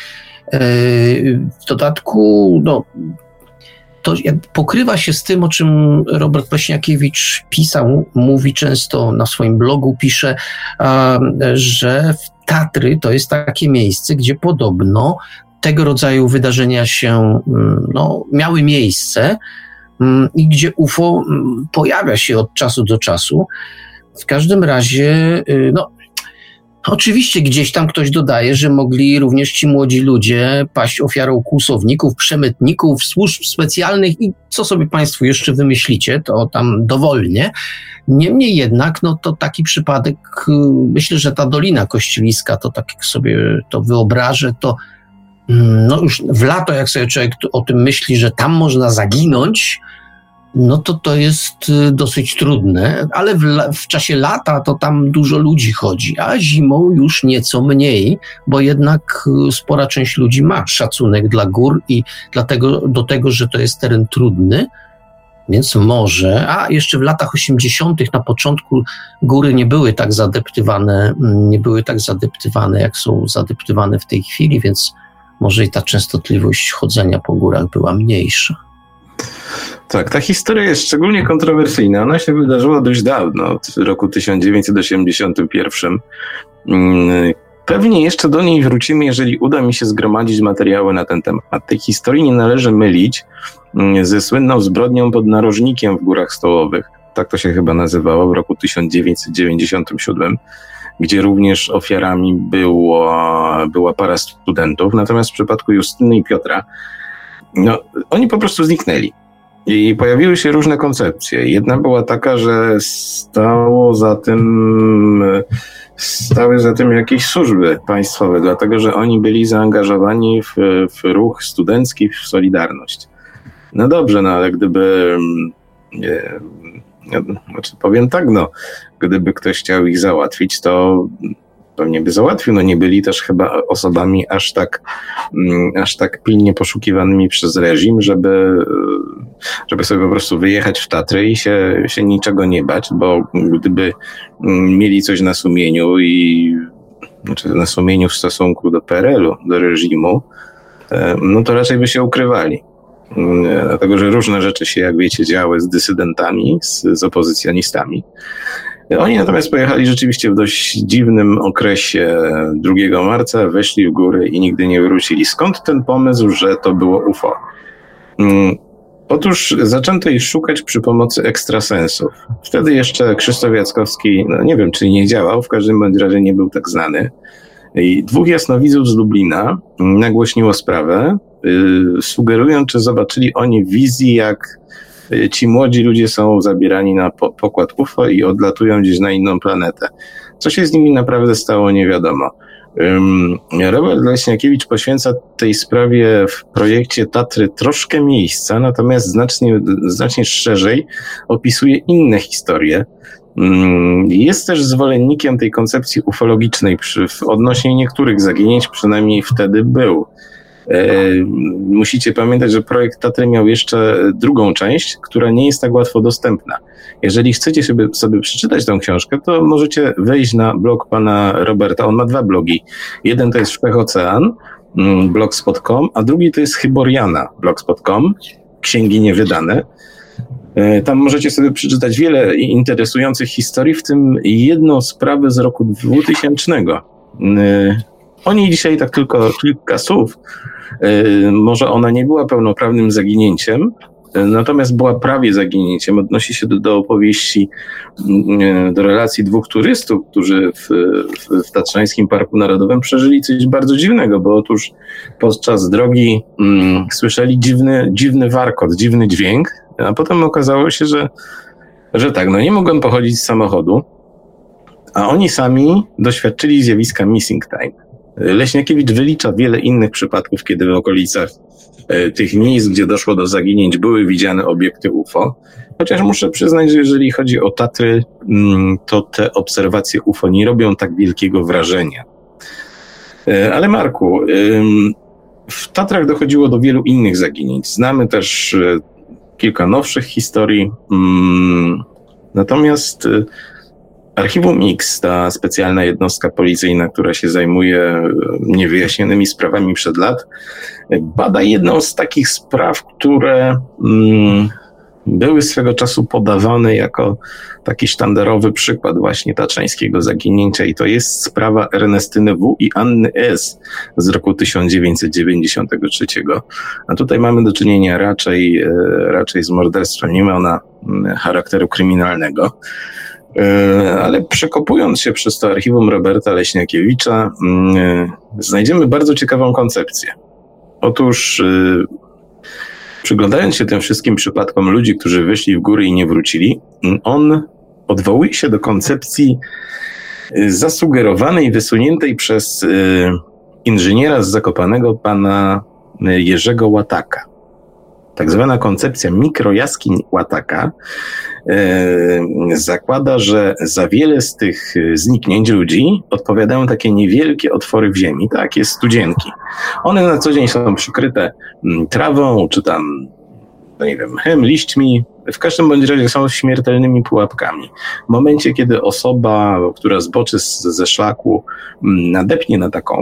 W dodatku to pokrywa się z tym, o czym Robert Pleśniakiewicz mówi często na swoim blogu, pisze, że Tatry to jest takie miejsce, gdzie podobno tego rodzaju wydarzenia się miały miejsce i gdzie UFO pojawia się od czasu do czasu. W każdym razie, oczywiście gdzieś tam ktoś dodaje, że mogli również ci młodzi ludzie paść ofiarą kłusowników, przemytników, służb specjalnych i co sobie Państwo jeszcze wymyślicie, to tam dowolnie. Niemniej jednak, to taki przypadek, myślę, że ta Dolina Kościeliska, to tak jak sobie to wyobrażę, to już w lato, jak sobie człowiek o tym myśli, że tam można zaginąć, to jest dosyć trudne, ale w czasie lata to tam dużo ludzi chodzi, a zimą już nieco mniej, bo jednak spora część ludzi ma szacunek dla gór i dlatego do tego, że to jest teren trudny, więc może, a jeszcze w latach 80. na początku góry nie były tak zadeptywane, jak są zadeptywane w tej chwili, więc może i ta częstotliwość chodzenia po górach była mniejsza. Tak, ta historia jest szczególnie kontrowersyjna. Ona się wydarzyła dość dawno, w roku 1981. Pewnie jeszcze do niej wrócimy, jeżeli uda mi się zgromadzić materiały na ten temat. Tej historii nie należy mylić ze słynną zbrodnią pod Narożnikiem w Górach Stołowych. Tak to się chyba nazywało w roku 1997. Gdzie również ofiarami była para studentów. Natomiast w przypadku Justyny i Piotra, oni po prostu zniknęli. I pojawiły się różne koncepcje. Jedna była taka, że stały za tym jakieś służby państwowe, dlatego że oni byli zaangażowani w ruch studencki, w Solidarność. Dobrze, ale gdyby... powiem tak, gdyby ktoś chciał ich załatwić, to pewnie by załatwił. Nie byli też chyba osobami aż tak pilnie poszukiwanymi przez reżim, żeby sobie po prostu wyjechać w Tatry i się niczego nie bać, bo gdyby mieli coś na sumieniu na sumieniu w stosunku do PRL-u, do reżimu, to raczej by się ukrywali. Dlatego, że różne rzeczy się, jak wiecie, działy z dysydentami, z opozycjonistami. Oni natomiast pojechali rzeczywiście w dość dziwnym okresie 2 marca, weszli w góry i nigdy nie wrócili. Skąd ten pomysł, że to było UFO? Otóż zaczęto ich szukać przy pomocy ekstrasensów. Wtedy jeszcze Krzysztof Jackowski, nie wiem, czy nie działał, w każdym bądź razie nie był tak znany. I 2 jasnowidzów z Lublina nagłośniło sprawę, sugerując, że zobaczyli oni w wizji, jak ci młodzi ludzie są zabierani na pokład UFO i odlatują gdzieś na inną planetę. Co się z nimi naprawdę stało, nie wiadomo. Robert Leśniakiewicz poświęca tej sprawie w projekcie Tatry troszkę miejsca, natomiast znacznie szerzej opisuje inne historie. Jest też zwolennikiem tej koncepcji ufologicznej odnośnie niektórych zaginięć, przynajmniej wtedy był. Musicie pamiętać, że projekt Tatry miał jeszcze drugą część, która nie jest tak łatwo dostępna. Jeżeli chcecie sobie przeczytać tę książkę, to możecie wejść na blog pana Roberta. On ma 2 blogi. Jeden to jest Wszechocean, blogspot.com, a drugi to jest Chyboriana, blogspot.com, księgi niewydane. Tam możecie sobie przeczytać wiele interesujących historii, w tym jedną sprawę z roku 2000. O niej dzisiaj tak tylko kilka słów. Może ona nie była pełnoprawnym zaginięciem, natomiast była prawie zaginięciem. Odnosi się do opowieści, do relacji 2 turystów, którzy w Tatrzańskim Parku Narodowym przeżyli coś bardzo dziwnego, bo otóż podczas drogi słyszeli dziwny warkot, dziwny dźwięk, a potem okazało się, że tak, nie mogłem pochodzić z samochodu, a oni sami doświadczyli zjawiska missing time. Leśniakiewicz wylicza wiele innych przypadków, kiedy w okolicach tych miejsc, gdzie doszło do zaginięć, były widziane obiekty UFO. Chociaż muszę przyznać, że jeżeli chodzi o Tatry, to te obserwacje UFO nie robią tak wielkiego wrażenia. Ale Marku, w Tatrach dochodziło do wielu innych zaginięć. Znamy też kilka nowszych historii. Natomiast Archiwum X, ta specjalna jednostka policyjna, która się zajmuje niewyjaśnionymi sprawami przed lat, bada jedną z takich spraw, które były swego czasu podawane jako taki sztandarowy przykład właśnie tatrzańskiego zaginięcia, i to jest sprawa Ernestyny W. i Anny S. z roku 1993. A tutaj mamy do czynienia raczej z morderstwem, nie ma ona charakteru kryminalnego. Ale przekopując się przez to archiwum Roberta Leśniakiewicza, znajdziemy bardzo ciekawą koncepcję. Otóż przyglądając się tym wszystkim przypadkom ludzi, którzy wyszli w góry i nie wrócili, on odwołuje się do koncepcji zasugerowanej, wysuniętej przez inżyniera z Zakopanego, pana Jerzego Łataka. Tak zwana koncepcja mikrojaskiń Łataka zakłada, że za wiele z tych zniknięć ludzi odpowiadają takie niewielkie otwory w ziemi, takie studzienki. One na co dzień są przykryte trawą, czy tam, mchem, liśćmi. W każdym bądź razie są śmiertelnymi pułapkami. W momencie, kiedy osoba, która zboczy ze szlaku, nadepnie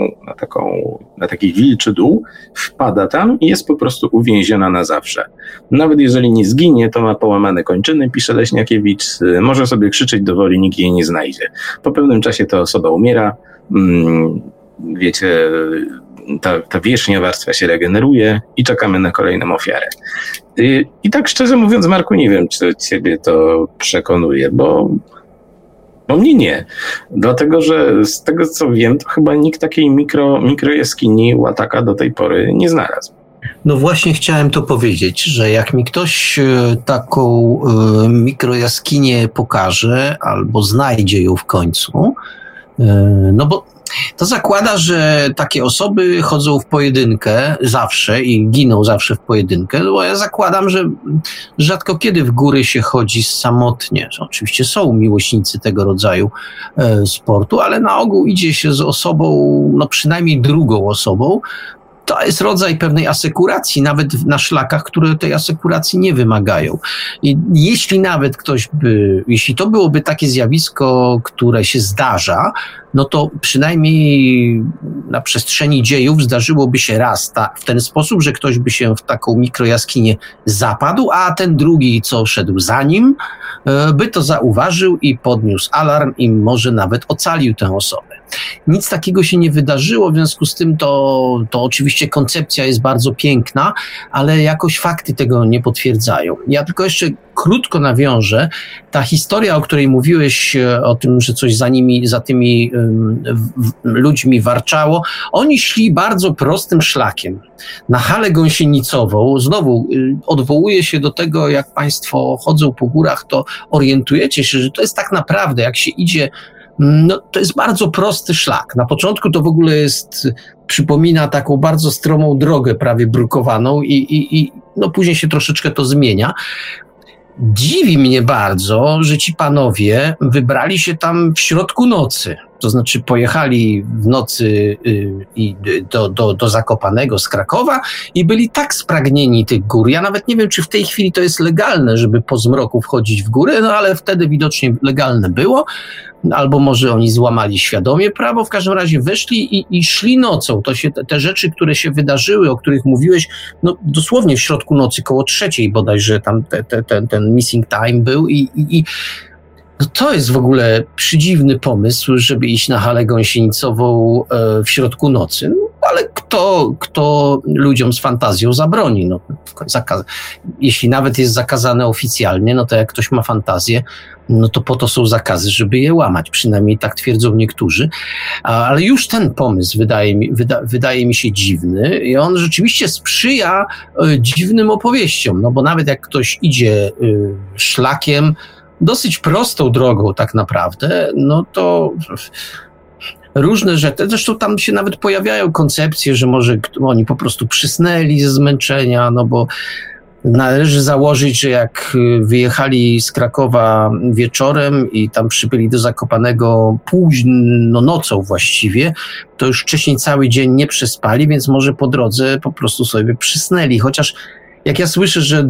na taki wilczy dół, wpada tam i jest po prostu uwięziona na zawsze. Nawet jeżeli nie zginie, to ma połamane kończyny, pisze Leśniakiewicz, może sobie krzyczeć do woli, nikt jej nie znajdzie. Po pewnym czasie ta osoba umiera, wiecie, ta wierzchnia warstwa się regeneruje i czekamy na kolejną ofiarę. I tak szczerze mówiąc, Marku, nie wiem, czy ciebie to przekonuje, bo mnie nie. Dlatego, że z tego co wiem, to chyba nikt takiej mikrojaskini Łataka do tej pory nie znalazł. No właśnie chciałem to powiedzieć, że jak mi ktoś taką mikrojaskinię pokaże albo znajdzie ją w końcu, no bo to zakłada, że takie osoby chodzą w pojedynkę zawsze i giną zawsze w pojedynkę, bo ja zakładam, że rzadko kiedy w góry się chodzi samotnie. Oczywiście są miłośnicy tego rodzaju sportu, ale na ogół idzie się z osobą, przynajmniej drugą osobą. To jest rodzaj pewnej asekuracji, nawet na szlakach, które tej asekuracji nie wymagają. I jeśli nawet jeśli to byłoby takie zjawisko, które się zdarza, no to przynajmniej na przestrzeni dziejów zdarzyłoby się raz w ten sposób, że ktoś by się w taką mikrojaskinię zapadł, a ten drugi, co szedł za nim, by to zauważył i podniósł alarm i może nawet ocalił tę osobę. Nic takiego się nie wydarzyło, w związku z tym to oczywiście koncepcja jest bardzo piękna, ale jakoś fakty tego nie potwierdzają. Ja tylko jeszcze krótko nawiążę. Ta historia, o której mówiłeś, o tym, że coś za tymi ludźmi warczało, oni szli bardzo prostym szlakiem. Na halę gąsienicową, znowu odwołuję się do tego, jak państwo chodzą po górach, to orientujecie się, że to jest tak naprawdę, jak się idzie, no to jest bardzo prosty szlak. Na początku to w ogóle przypomina taką bardzo stromą drogę, prawie brukowaną i no później się troszeczkę to zmienia. Dziwi mnie bardzo, że ci panowie wybrali się tam w środku nocy. To znaczy pojechali w nocy do Zakopanego z Krakowa i byli tak spragnieni tych gór. Ja nawet nie wiem, czy w tej chwili to jest legalne, żeby po zmroku wchodzić w góry, no ale wtedy widocznie legalne było. Albo może oni złamali świadomie prawo, w każdym razie weszli i szli nocą. To się te rzeczy, które się wydarzyły, o których mówiłeś, no dosłownie w środku nocy, koło 3:00 bodajże tam ten missing time był i no to jest w ogóle przydziwny pomysł, żeby iść na halę gąsienicową w środku nocy. No, ale kto ludziom z fantazją zabroni? No, jeśli nawet jest zakazane oficjalnie, no to jak ktoś ma fantazję, no to po to są zakazy, żeby je łamać. Przynajmniej tak twierdzą niektórzy. Ale już ten pomysł wydaje mi się dziwny i on rzeczywiście sprzyja dziwnym opowieściom. No bo nawet jak ktoś idzie szlakiem, dosyć prostą drogą tak naprawdę, no to różne rzeczy, zresztą tam się nawet pojawiają koncepcje, że może oni po prostu przysnęli ze zmęczenia, no bo należy założyć, że jak wyjechali z Krakowa wieczorem i tam przybyli do Zakopanego późno nocą właściwie, to już wcześniej cały dzień nie przespali, więc może po drodze po prostu sobie przysnęli, chociaż jak ja słyszę, że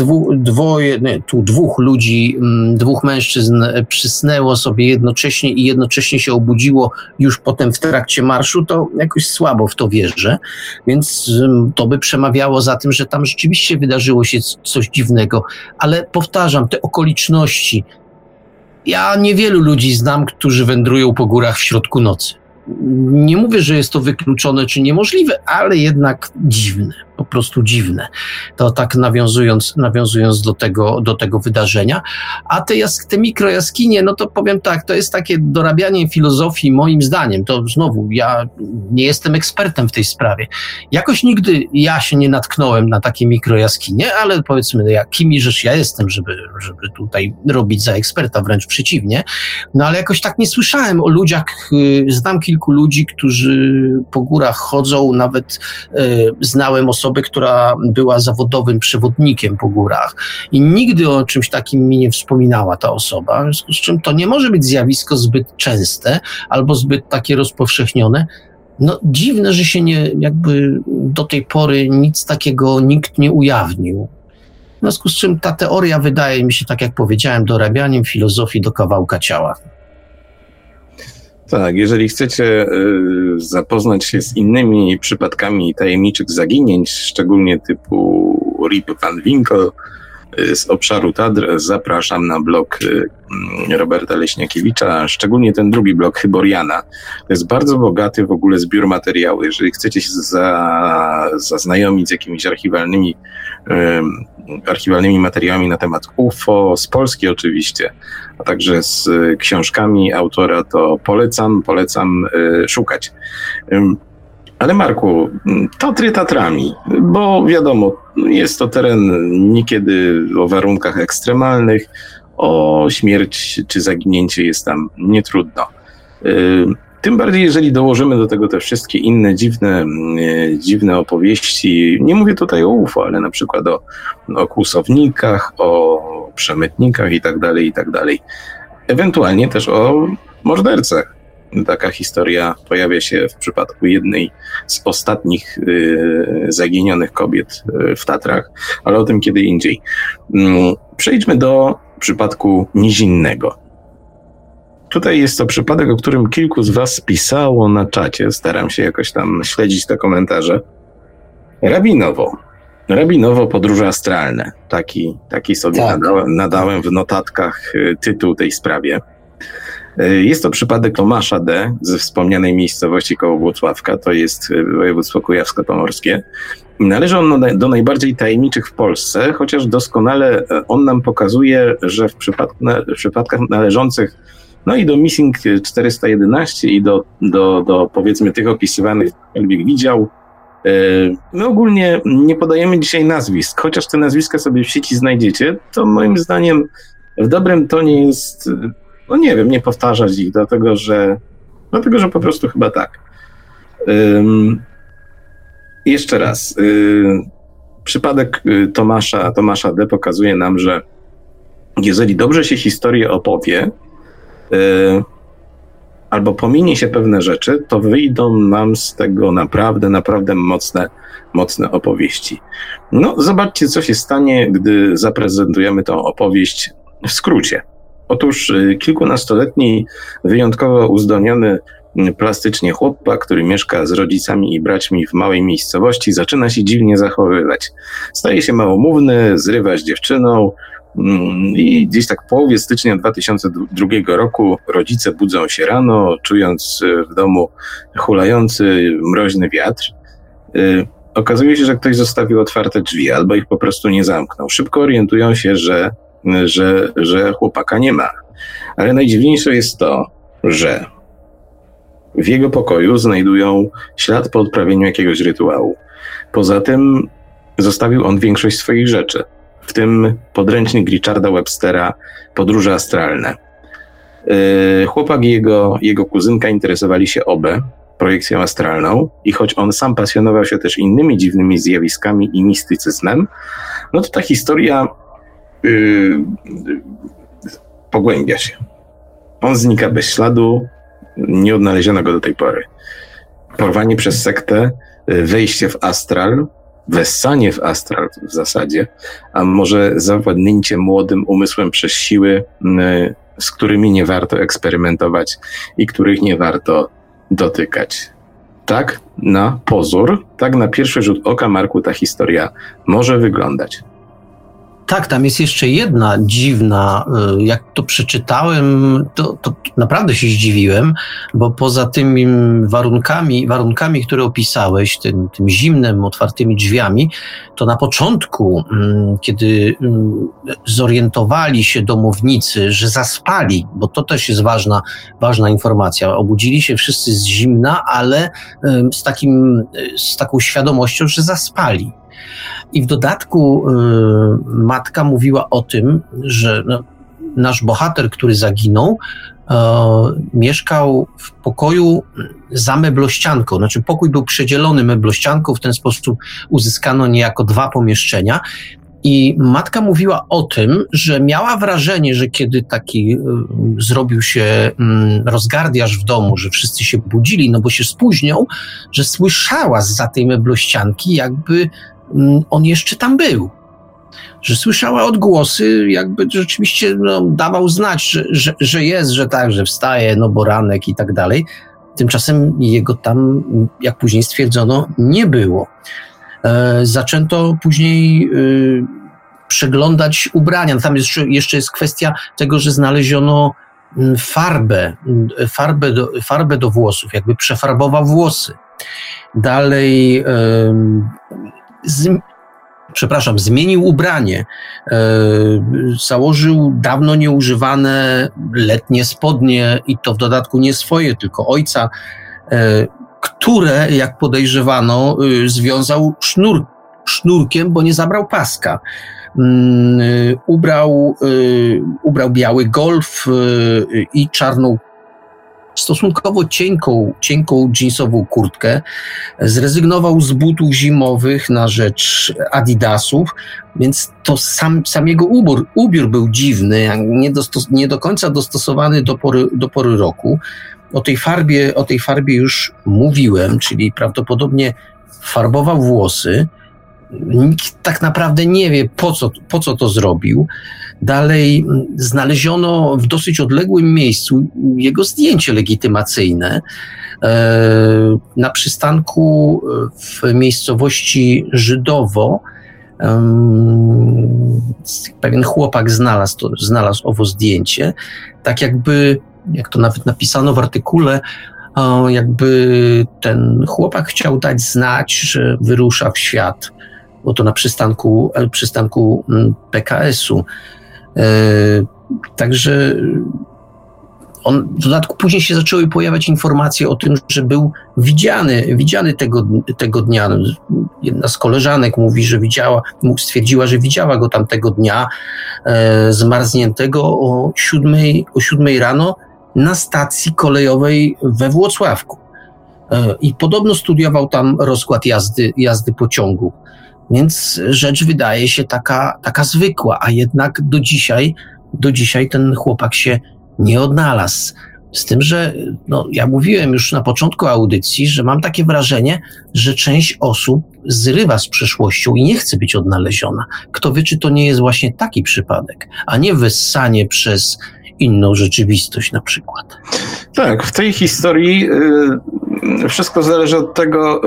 dwóch ludzi, dwóch mężczyzn przysnęło sobie jednocześnie i jednocześnie się obudziło już potem w trakcie marszu, to jakoś słabo w to wierzę, więc to by przemawiało za tym, że tam rzeczywiście wydarzyło się coś dziwnego, ale powtarzam, te okoliczności, ja niewielu ludzi znam, którzy wędrują po górach w środku nocy. Nie mówię, że jest to wykluczone czy niemożliwe, ale jednak dziwne, po prostu dziwne. To tak nawiązując do tego wydarzenia. A te mikrojaskinie, no to powiem tak, to jest takie dorabianie filozofii moim zdaniem. To znowu, ja nie jestem ekspertem w tej sprawie. Jakoś nigdy ja się nie natknąłem na takie mikrojaskinie, ale powiedzmy, kimi rzecz ja jestem, żeby tutaj robić za eksperta, wręcz przeciwnie. No ale jakoś tak nie słyszałem o ludziach, znam kilku ludzi, którzy po górach chodzą, nawet znałem osobę, która była zawodowym przewodnikiem po górach i nigdy o czymś takim mi nie wspominała ta osoba, w związku z czym to nie może być zjawisko zbyt częste albo zbyt takie rozpowszechnione. No dziwne, że się jakby do tej pory nic takiego nikt nie ujawnił. W związku z czym ta teoria wydaje mi się, tak jak powiedziałem, dorabianiem filozofii do kawałka ciała. Tak, jeżeli chcecie zapoznać się z innymi przypadkami tajemniczych zaginięć, szczególnie typu Rip Van Winkle z obszaru Tatr, zapraszam na blog Roberta Leśniakiewicza, szczególnie ten drugi blog Chyboriana. To jest bardzo bogaty w ogóle zbiór materiału. Jeżeli chcecie się zaznajomić z jakimiś archiwalnymi materiałami na temat UFO, z Polski oczywiście, a także z książkami autora, to polecam szukać. Ale Marku, Tatry Tatrami, bo wiadomo, jest to teren niekiedy o warunkach ekstremalnych, o śmierć czy zaginięcie jest tam nietrudno. Tym bardziej, jeżeli dołożymy do tego te wszystkie inne dziwne opowieści, nie mówię tutaj o UFO, ale na przykład o kłusownikach, o przemytnikach i tak dalej. Ewentualnie też o mordercach. Taka historia pojawia się w przypadku jednej z ostatnich zaginionych kobiet w Tatrach, ale o tym kiedy indziej. Przejdźmy do przypadku Nizinnego. Tutaj jest to przypadek, o którym kilku z was pisało na czacie. Staram się jakoś tam śledzić te komentarze. Rabinowo podróże astralne. Taki sobie nadałem w notatkach tytuł tej sprawie. Jest to przypadek Tomasza D. ze wspomnianej miejscowości koło Włocławka, to jest województwo kujawsko-pomorskie. Należy on do najbardziej tajemniczych w Polsce, chociaż doskonale on nam pokazuje, że w przypadkach należących i do Missing 411 i do powiedzmy tych opisywanych, ktokolwiek widział, my ogólnie nie podajemy dzisiaj nazwisk, chociaż te nazwiska sobie w sieci znajdziecie, to moim zdaniem w dobrym tonie jest, nie powtarzać ich, dlatego że po prostu chyba tak. Jeszcze raz, przypadek Tomasza D. pokazuje nam, że jeżeli dobrze się historię opowie, albo pominie się pewne rzeczy, to wyjdą nam z tego naprawdę mocne opowieści. Zobaczcie, co się stanie, gdy zaprezentujemy tą opowieść w skrócie. Otóż kilkunastoletni, wyjątkowo uzdolniony plastycznie chłopak, który mieszka z rodzicami i braćmi w małej miejscowości, zaczyna się dziwnie zachowywać. Staje się małomówny, zrywa z dziewczyną i gdzieś tak w połowie stycznia 2002 roku rodzice budzą się rano, czując w domu hulający mroźny wiatr. Okazuje się, że ktoś zostawił otwarte drzwi albo ich po prostu nie zamknął. Szybko orientują się, że chłopaka nie ma. Ale najdziwniejsze jest to, że w jego pokoju znajdują ślad po odprawieniu jakiegoś rytuału. Poza tym zostawił on większość swoich rzeczy, w tym podręcznik Richarda Webstera Podróże astralne. Chłopak i jego kuzynka interesowali się projekcją astralną i choć on sam pasjonował się też innymi dziwnymi zjawiskami i mistycyzmem, to ta historia pogłębia się. On znika bez śladu, nie odnaleziono go do tej pory. Porwanie przez sektę, wejście w astral, wessanie w astral w zasadzie, a może zawładnięcie młodym umysłem przez siły, z którymi nie warto eksperymentować i których nie warto dotykać. Tak na pozór, tak na pierwszy rzut oka, Marku, ta historia może wyglądać. Tak, tam jest jeszcze jedna dziwna, jak to przeczytałem, to naprawdę się zdziwiłem, bo poza tymi warunkami, które opisałeś, tym zimnem, otwartymi drzwiami, to na początku, kiedy zorientowali się domownicy, że zaspali, bo to też jest ważna informacja, obudzili się wszyscy z zimna, ale z taką świadomością, że zaspali. I w dodatku matka mówiła o tym, że nasz bohater, który zaginął, mieszkał w pokoju za meblościanką. Znaczy pokój był przedzielony meblościanką, w ten sposób uzyskano niejako 2 pomieszczenia. I matka mówiła o tym, że miała wrażenie, że kiedy taki zrobił się rozgardiaż w domu, że wszyscy się budzili, bo się spóźnią, że słyszała zza tej meblościanki, jakby on jeszcze tam był. Że słyszała odgłosy, jakby rzeczywiście dawał znać, że jest, że tak, że wstaje, bo ranek i tak dalej. Tymczasem jego tam, jak później stwierdzono, nie było. Zaczęto później przeglądać ubrania. Tam jeszcze jest kwestia tego, że znaleziono farbę do włosów, jakby przefarbował włosy. Dalej zmienił ubranie, założył dawno nieużywane letnie spodnie i to w dodatku nie swoje, tylko ojca, które, jak podejrzewano, związał sznurkiem, bo nie zabrał paska. Ubrał biały golf i czarną, stosunkowo cienką jeansową kurtkę, zrezygnował z butów zimowych na rzecz adidasów, więc to sam jego ubiór był dziwny, nie do końca dostosowany do pory roku. O tej farbie już mówiłem, czyli prawdopodobnie farbował włosy. Nikt tak naprawdę nie wie, po co to zrobił. Dalej znaleziono w dosyć odległym miejscu jego zdjęcie legitymacyjne na przystanku w miejscowości Żydowo. Pewien chłopak znalazł owo zdjęcie, tak jakby jak to nawet napisano w artykule, jakby ten chłopak chciał dać znać, że wyrusza w świat, bo to na przystanku PKS-u. Także w dodatku później się zaczęły pojawiać informacje o tym, że był widziany tego dnia. Jedna z koleżanek mówi, że stwierdziła, że widziała go tamtego dnia zmarzniętego o 7 rano na stacji kolejowej we Włocławku. I podobno studiował tam rozkład jazdy pociągu. Więc rzecz wydaje się taka zwykła, a jednak do dzisiaj ten chłopak się nie odnalazł. Z tym, że ja mówiłem już na początku audycji, że mam takie wrażenie, że część osób zrywa z przeszłością i nie chce być odnaleziona. Kto wie, czy to nie jest właśnie taki przypadek, a nie wyssanie przez inną rzeczywistość na przykład. Tak, w tej historii wszystko zależy od tego,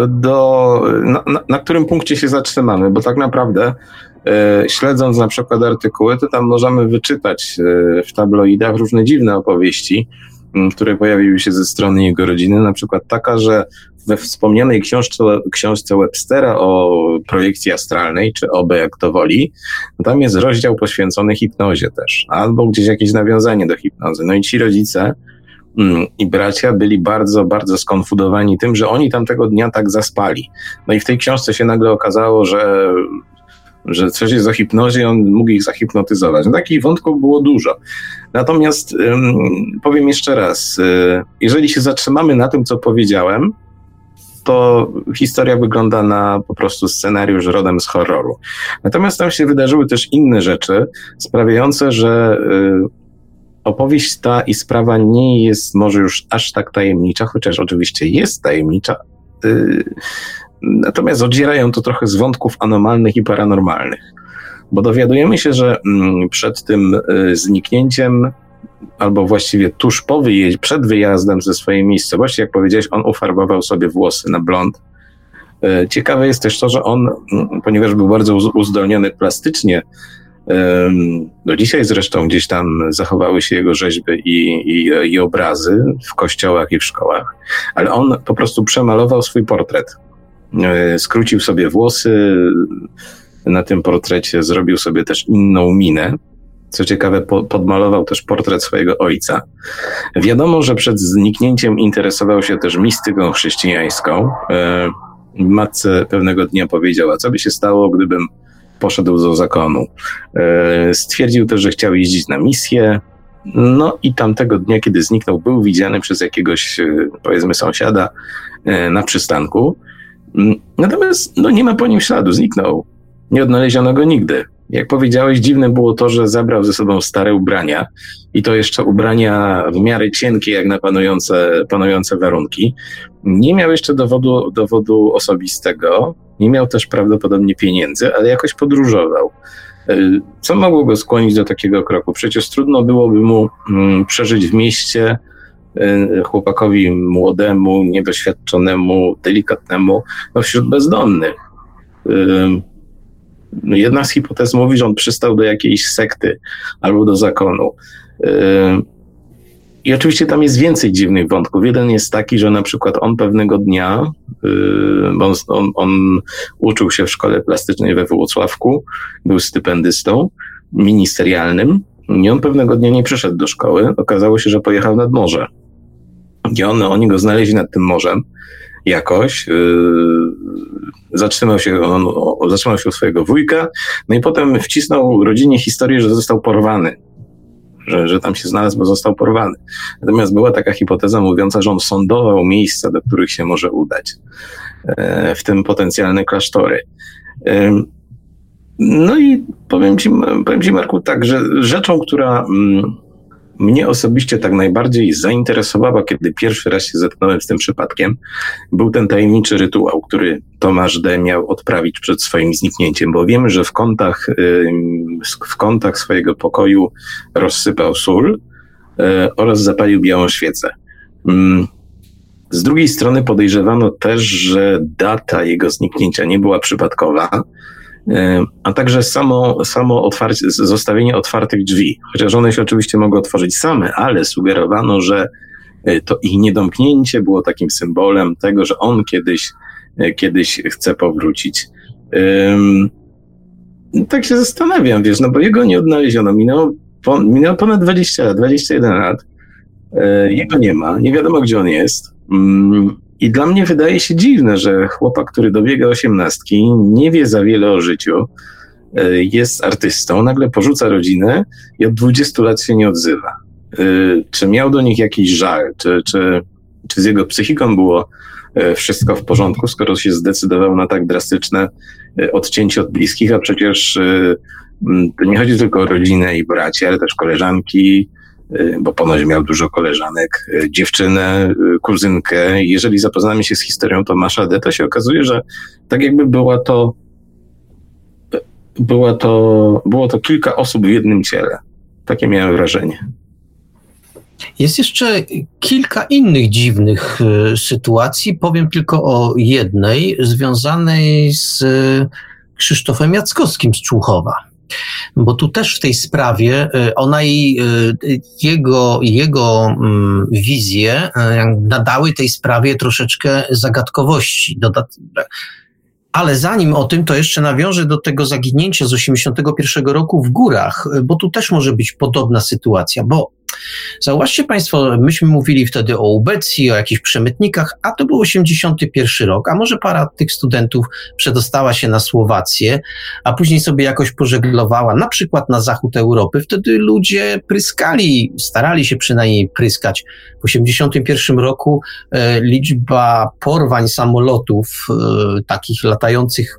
na którym punkcie się zatrzymamy, bo tak naprawdę śledząc na przykład artykuły, to tam możemy wyczytać w tabloidach różne dziwne opowieści, które pojawiły się ze strony jego rodziny, na przykład taka, że we wspomnianej książce Webstera o projekcji astralnej, czy OB jak to woli, tam jest rozdział poświęcony hipnozie też, albo gdzieś jakieś nawiązanie do hipnozy. No i ci rodzice i bracia byli bardzo, bardzo skonfudowani tym, że oni tamtego dnia tak zaspali. No i w tej książce się nagle okazało, że coś jest o hipnozie, on mógł ich zahipnotyzować. No, takich wątków było dużo. Natomiast powiem jeszcze raz, jeżeli się zatrzymamy na tym, co powiedziałem, to historia wygląda na po prostu scenariusz rodem z horroru. Natomiast tam się wydarzyły też inne rzeczy sprawiające, że opowieść ta i sprawa nie jest może już aż tak tajemnicza, chociaż oczywiście jest tajemnicza, natomiast odzierają to trochę z wątków anomalnych i paranormalnych. Bo dowiadujemy się, że przed tym zniknięciem, albo właściwie tuż przed wyjazdem ze swojej miejscowości, jak powiedziałeś, on ufarbował sobie włosy na blond. Ciekawe jest też to, że on, ponieważ był bardzo uzdolniony plastycznie, do dzisiaj zresztą gdzieś tam zachowały się jego rzeźby i obrazy w kościołach i w szkołach, ale on po prostu przemalował swój portret. Skrócił sobie włosy, na tym portrecie zrobił sobie też inną minę. Co ciekawe, podmalował też portret swojego ojca. Wiadomo, że przed zniknięciem interesował się też mistyką chrześcijańską. Matce pewnego dnia powiedział, a co by się stało, gdybym poszedł do zakonu. Stwierdził też, że chciał jeździć na misję. No i tamtego dnia, kiedy zniknął, był widziany przez jakiegoś, powiedzmy, sąsiada na przystanku. Natomiast nie ma po nim śladu, zniknął. Nie odnaleziono go nigdy. Jak powiedziałeś, dziwne było to, że zabrał ze sobą stare ubrania i to jeszcze ubrania w miarę cienkie jak na panujące warunki. Nie miał jeszcze dowodu osobistego, nie miał też prawdopodobnie pieniędzy, ale jakoś podróżował. Co mogło go skłonić do takiego kroku? Przecież trudno byłoby mu przeżyć w mieście, chłopakowi młodemu, niedoświadczonemu, delikatnemu, wśród bezdomnych. Jedna z hipotez mówi, że on przystał do jakiejś sekty albo do zakonu. I oczywiście tam jest więcej dziwnych wątków. Jeden jest taki, że na przykład on pewnego dnia, bo on uczył się w szkole plastycznej we Włocławku, był stypendystą ministerialnym i on pewnego dnia nie przyszedł do szkoły. Okazało się, że pojechał nad morze. I oni go znaleźli nad tym morzem jakoś. Zatrzymał się u swojego wujka, no i potem wcisnął rodzinie historię, że został porwany. Że tam się znalazł, bo został porwany. Natomiast była taka hipoteza mówiąca, że on sondował miejsca, do których się może udać, w tym potencjalne klasztory. No i powiem ci, Marku, tak, że rzeczą, która mnie osobiście tak najbardziej zainteresowała, kiedy pierwszy raz się zetknąłem z tym przypadkiem, był ten tajemniczy rytuał, który Tomasz D. miał odprawić przed swoim zniknięciem, bo wiemy, że w kątach swojego pokoju rozsypał sól oraz zapalił białą świecę. Z drugiej strony podejrzewano też, że data jego zniknięcia nie była przypadkowa a także samo zostawienie otwartych drzwi. Chociaż one się oczywiście mogą otworzyć same, ale sugerowano, że to ich niedomknięcie było takim symbolem tego, że on kiedyś chce powrócić. Tak się zastanawiam, wiesz, no bo jego nie odnaleziono. Minęło ponad 20 lat, 21 lat. Jego nie ma, nie wiadomo gdzie on jest. I dla mnie wydaje się dziwne, że chłopak, który dobiega 18, nie wie za wiele o życiu, jest artystą, nagle porzuca rodzinę i od 20 lat się nie odzywa. Czy miał do nich jakiś żal? Czy z jego psychiką było wszystko w porządku, skoro się zdecydował na tak drastyczne odcięcie od bliskich, a przecież to nie chodzi tylko o rodzinę i braci, ale też koleżanki, bo ponoć miał dużo koleżanek, dziewczynę, kuzynkę. Jeżeli zapoznamy się z historią Tomasza D., to się okazuje, że tak jakby było to kilka osób w jednym ciele. Takie miałem wrażenie. Jest jeszcze kilka innych dziwnych sytuacji. Powiem tylko o jednej związanej z Krzysztofem Jackowskim z Człuchowa. Bo tu też w tej sprawie ona i jego wizje nadały tej sprawie troszeczkę zagadkowości. Ale zanim o tym, to jeszcze nawiążę do tego zaginięcia z 81 roku w górach, bo tu też może być podobna sytuacja, bo zauważcie Państwo, myśmy mówili wtedy o ubecji, o jakichś przemytnikach, a to był 81 rok, a może para tych studentów przedostała się na Słowację, a później sobie jakoś pożeglowała, na przykład na zachód Europy. Wtedy ludzie pryskali, starali się przynajmniej pryskać. W 81 roku liczba porwań samolotów takich latających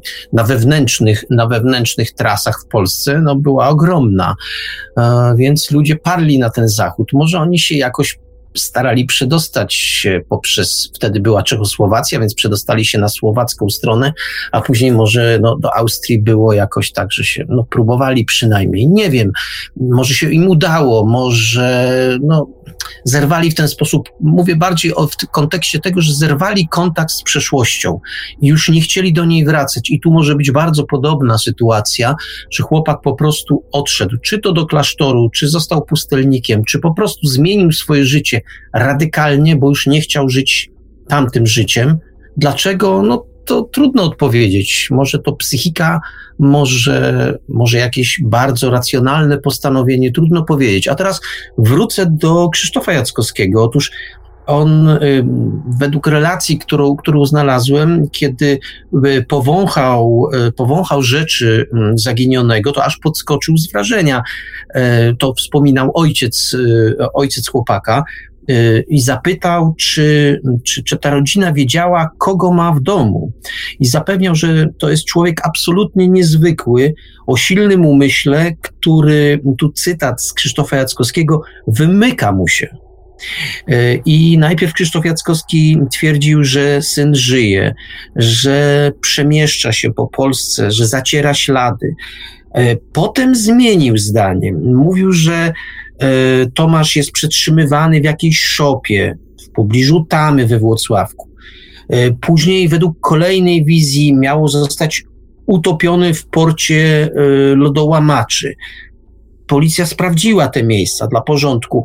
na wewnętrznych trasach w Polsce była ogromna, więc ludzie parli na ten zachód. Może oni się jakoś starali przedostać się wtedy była Czechosłowacja, więc przedostali się na słowacką stronę, a później może do Austrii było jakoś tak, że się próbowali przynajmniej. Nie wiem, może się im udało, może zerwali w ten sposób, mówię bardziej w kontekście tego, że zerwali kontakt z przeszłością i już nie chcieli do niej wracać. I tu może być bardzo podobna sytuacja, że chłopak po prostu odszedł, czy to do klasztoru, czy został pustelnikiem, czy po prostu zmienił swoje życie radykalnie, bo już nie chciał żyć tamtym życiem. Dlaczego? To trudno odpowiedzieć. Może to psychika, może jakieś bardzo racjonalne postanowienie, trudno powiedzieć. A teraz wrócę do Krzysztofa Jackowskiego. Otóż on według relacji, którą znalazłem, kiedy powąchał rzeczy zaginionego, to aż podskoczył z wrażenia. To wspominał ojciec chłopaka i zapytał, czy ta rodzina wiedziała, kogo ma w domu. I zapewniał, że to jest człowiek absolutnie niezwykły, o silnym umyśle, który, tu cytat z Krzysztofa Jackowskiego, wymyka mu się. I najpierw Krzysztof Jackowski twierdził, że syn żyje, że przemieszcza się po Polsce, że zaciera ślady. Potem zmienił zdanie. Mówił, że Tomasz jest przetrzymywany w jakiejś szopie w pobliżu Tamy we Włocławku. Później według kolejnej wizji miało zostać utopiony w porcie lodołamaczy. Policja sprawdziła te miejsca dla porządku.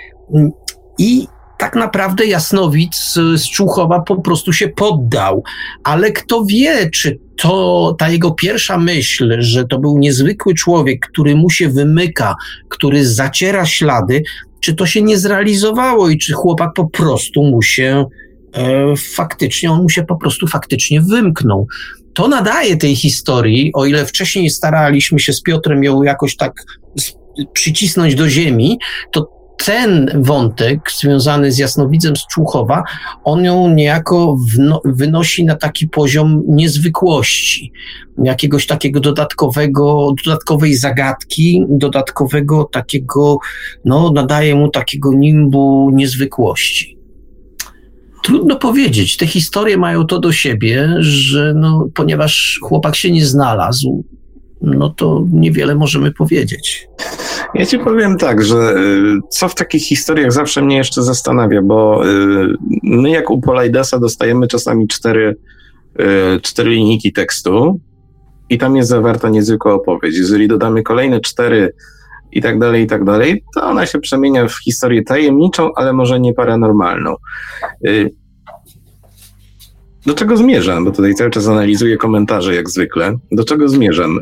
I tak naprawdę Jasnowic z Człuchowa po prostu się poddał. Ale kto wie, czy ta jego pierwsza myśl, że to był niezwykły człowiek, który mu się wymyka, który zaciera ślady, czy to się nie zrealizowało i czy chłopak po prostu mu się faktycznie wymknął. To nadaje tej historii, o ile wcześniej staraliśmy się z Piotrem ją jakoś tak przycisnąć do ziemi, to ten wątek związany z Jasnowidzem z Człuchowa, on ją niejako wynosi na taki poziom niezwykłości, jakiegoś takiego dodatkowej zagadki, dodatkowego takiego, nadaje mu takiego nimbu niezwykłości. Trudno powiedzieć, te historie mają to do siebie, że ponieważ chłopak się nie znalazł, to niewiele możemy powiedzieć. Ja ci powiem tak, że co w takich historiach zawsze mnie jeszcze zastanawia, bo my jak u Polajdasa dostajemy czasami cztery linijki tekstu i tam jest zawarta niezwykła opowieść. Jeżeli dodamy kolejne 4 i tak dalej, to ona się przemienia w historię tajemniczą, ale może nie paranormalną. Do czego zmierzam? Bo tutaj cały czas analizuję komentarze jak zwykle. Do czego zmierzam?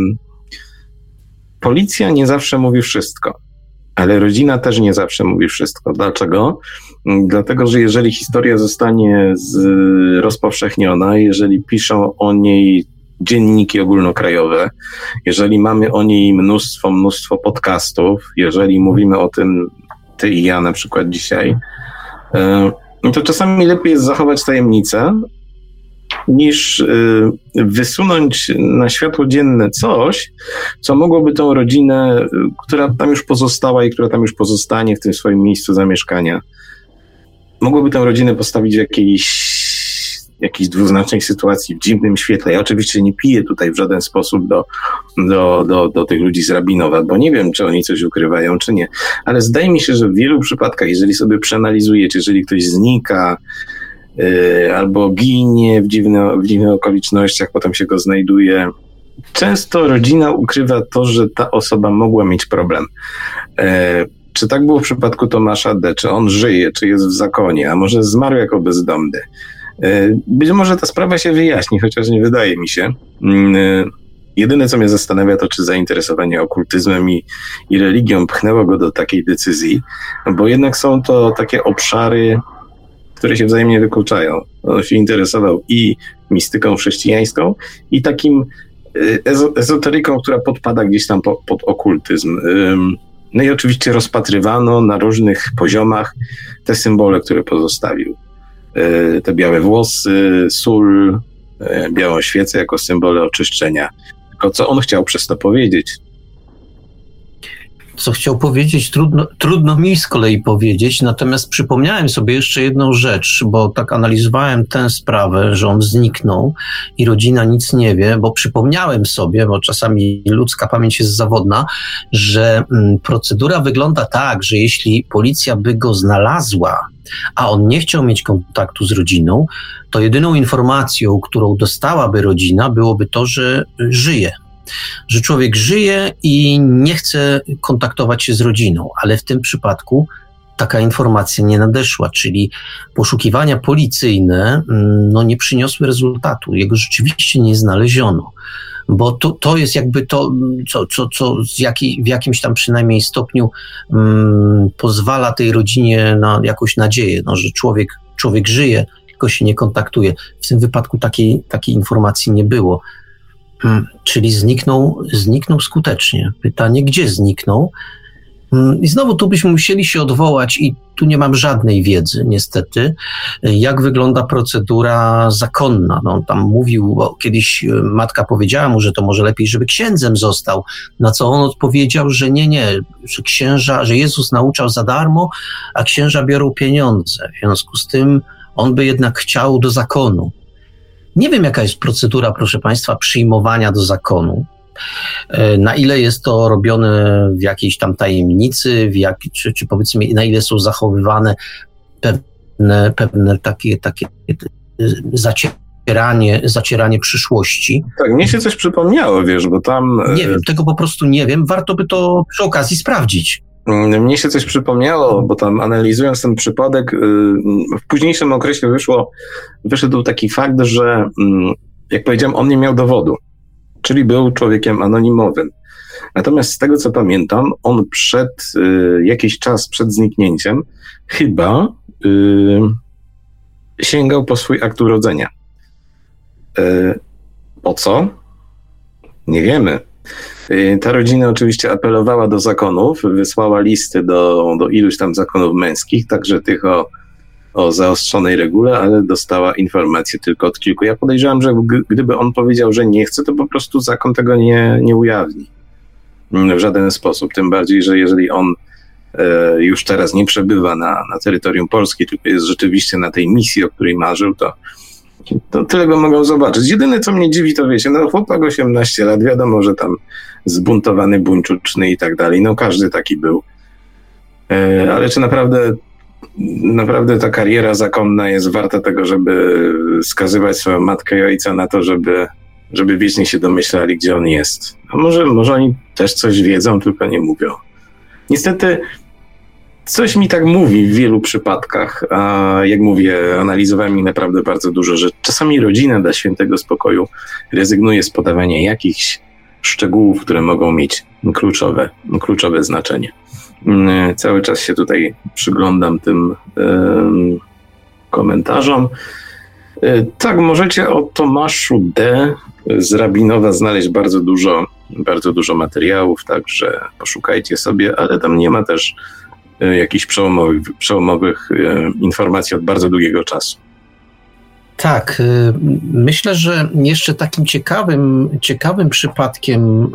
Policja nie zawsze mówi wszystko, ale rodzina też nie zawsze mówi wszystko. Dlaczego? Dlatego, że jeżeli historia zostanie rozpowszechniona, jeżeli piszą o niej dzienniki ogólnokrajowe, jeżeli mamy o niej mnóstwo podcastów, jeżeli mówimy o tym ty i ja na przykład dzisiaj, to czasami lepiej jest zachować tajemnicę, niż wysunąć na światło dzienne coś, co mogłoby tą rodzinę, która tam już pozostała i która tam już pozostanie w tym swoim miejscu zamieszkania, mogłoby tę rodzinę postawić w jakiejś dwuznacznej sytuacji, w dziwnym świetle. Ja oczywiście nie piję tutaj w żaden sposób do tych ludzi z Rabinowa, bo nie wiem, czy oni coś ukrywają, czy nie. Ale zdaje mi się, że w wielu przypadkach, jeżeli sobie przeanalizujecie, jeżeli ktoś znika, albo ginie w dziwnych okolicznościach, potem się go znajduje, często rodzina ukrywa to, że ta osoba mogła mieć problem. Czy tak było w przypadku Tomasza D., czy on żyje, czy jest w zakonie, a może zmarł jako bezdomny? Być może ta sprawa się wyjaśni, chociaż nie wydaje mi się. Jedyne, co mnie zastanawia, to czy zainteresowanie okultyzmem i religią pchnęło go do takiej decyzji, bo jednak są to takie obszary, które się wzajemnie wykluczają. On się interesował i mistyką chrześcijańską, i takim ezoteryką, która podpada gdzieś tam pod okultyzm. No i oczywiście rozpatrywano na różnych poziomach te symbole, które pozostawił. Te białe włosy, sól, białą świecę jako symbole oczyszczenia. Tylko co on chciał przez to powiedzieć? Co chciał powiedzieć, trudno mi z kolei powiedzieć, natomiast przypomniałem sobie jeszcze jedną rzecz, bo tak analizowałem tę sprawę, że on zniknął i rodzina nic nie wie, bo przypomniałem sobie, bo czasami ludzka pamięć jest zawodna, że procedura wygląda tak, że jeśli policja by go znalazła, a on nie chciał mieć kontaktu z rodziną, to jedyną informacją, którą dostałaby rodzina, byłoby to, że żyje. Że człowiek żyje i nie chce kontaktować się z rodziną, ale w tym przypadku taka informacja nie nadeszła, czyli poszukiwania policyjne nie przyniosły rezultatu. Jego rzeczywiście nie znaleziono, bo to jest jakby to, co w jakimś tam przynajmniej stopniu pozwala tej rodzinie na jakąś nadzieję, że człowiek żyje, tylko się nie kontaktuje. W tym wypadku takiej informacji nie było. Czyli zniknął skutecznie. Pytanie, gdzie zniknął? I znowu tu byśmy musieli się odwołać i tu nie mam żadnej wiedzy, niestety, jak wygląda procedura zakonna. On tam mówił, bo kiedyś matka powiedziała mu, że to może lepiej, żeby księdzem został, na co on odpowiedział, że nie, że Jezus nauczał za darmo, a księża biorą pieniądze. W związku z tym on by jednak chciał do zakonu. Nie wiem, jaka jest procedura, proszę Państwa, przyjmowania do zakonu. Na ile jest to robione w jakiejś tam tajemnicy, czy powiedzmy, na ile są zachowywane pewne takie zacieranie przyszłości. Tak, mnie się coś przypomniało, wiesz, bo tam... Nie wiem, tego po prostu nie wiem. Warto by to przy okazji sprawdzić. Mnie się coś przypomniało, bo tam analizując ten przypadek, w późniejszym okresie wyszedł taki fakt, że jak powiedziałem, on nie miał dowodu, czyli był człowiekiem anonimowym. Natomiast z tego, co pamiętam, on jakiś czas przed zniknięciem chyba sięgał po swój akt urodzenia. Po co? Nie wiemy. Ta rodzina oczywiście apelowała do zakonów, wysłała listy do iluś tam zakonów męskich, także tych o zaostrzonej regule, ale dostała informacje tylko od kilku. Ja podejrzewam, że gdyby on powiedział, że nie chce, to po prostu zakon tego nie ujawni w żaden sposób. Tym bardziej, że jeżeli on już teraz nie przebywa na terytorium Polski, tylko jest rzeczywiście na tej misji, o której marzył, to tyle go mogą zobaczyć. Jedyne, co mnie dziwi, to wiecie, chłopak 18 lat, wiadomo, że tam zbuntowany, buńczuczny i tak dalej, każdy taki był. Ale czy naprawdę ta kariera zakonna jest warta tego, żeby skazywać swoją matkę i ojca na to, żeby żeby wiecznie się domyślali, gdzie on jest. A może oni też coś wiedzą, tylko nie mówią. Niestety coś mi tak mówi w wielu przypadkach, a jak mówię, analizowałem ich naprawdę bardzo dużo, że czasami rodzina dla świętego spokoju rezygnuje z podawania jakichś szczegółów, które mogą mieć kluczowe znaczenie. Cały czas się tutaj przyglądam tym komentarzom. Tak, możecie o Tomaszu D. z Rabinowa znaleźć bardzo dużo materiałów, także poszukajcie sobie, ale tam nie ma też jakichś przełomowych informacji od bardzo długiego czasu. Tak, myślę, że jeszcze takim ciekawym przypadkiem,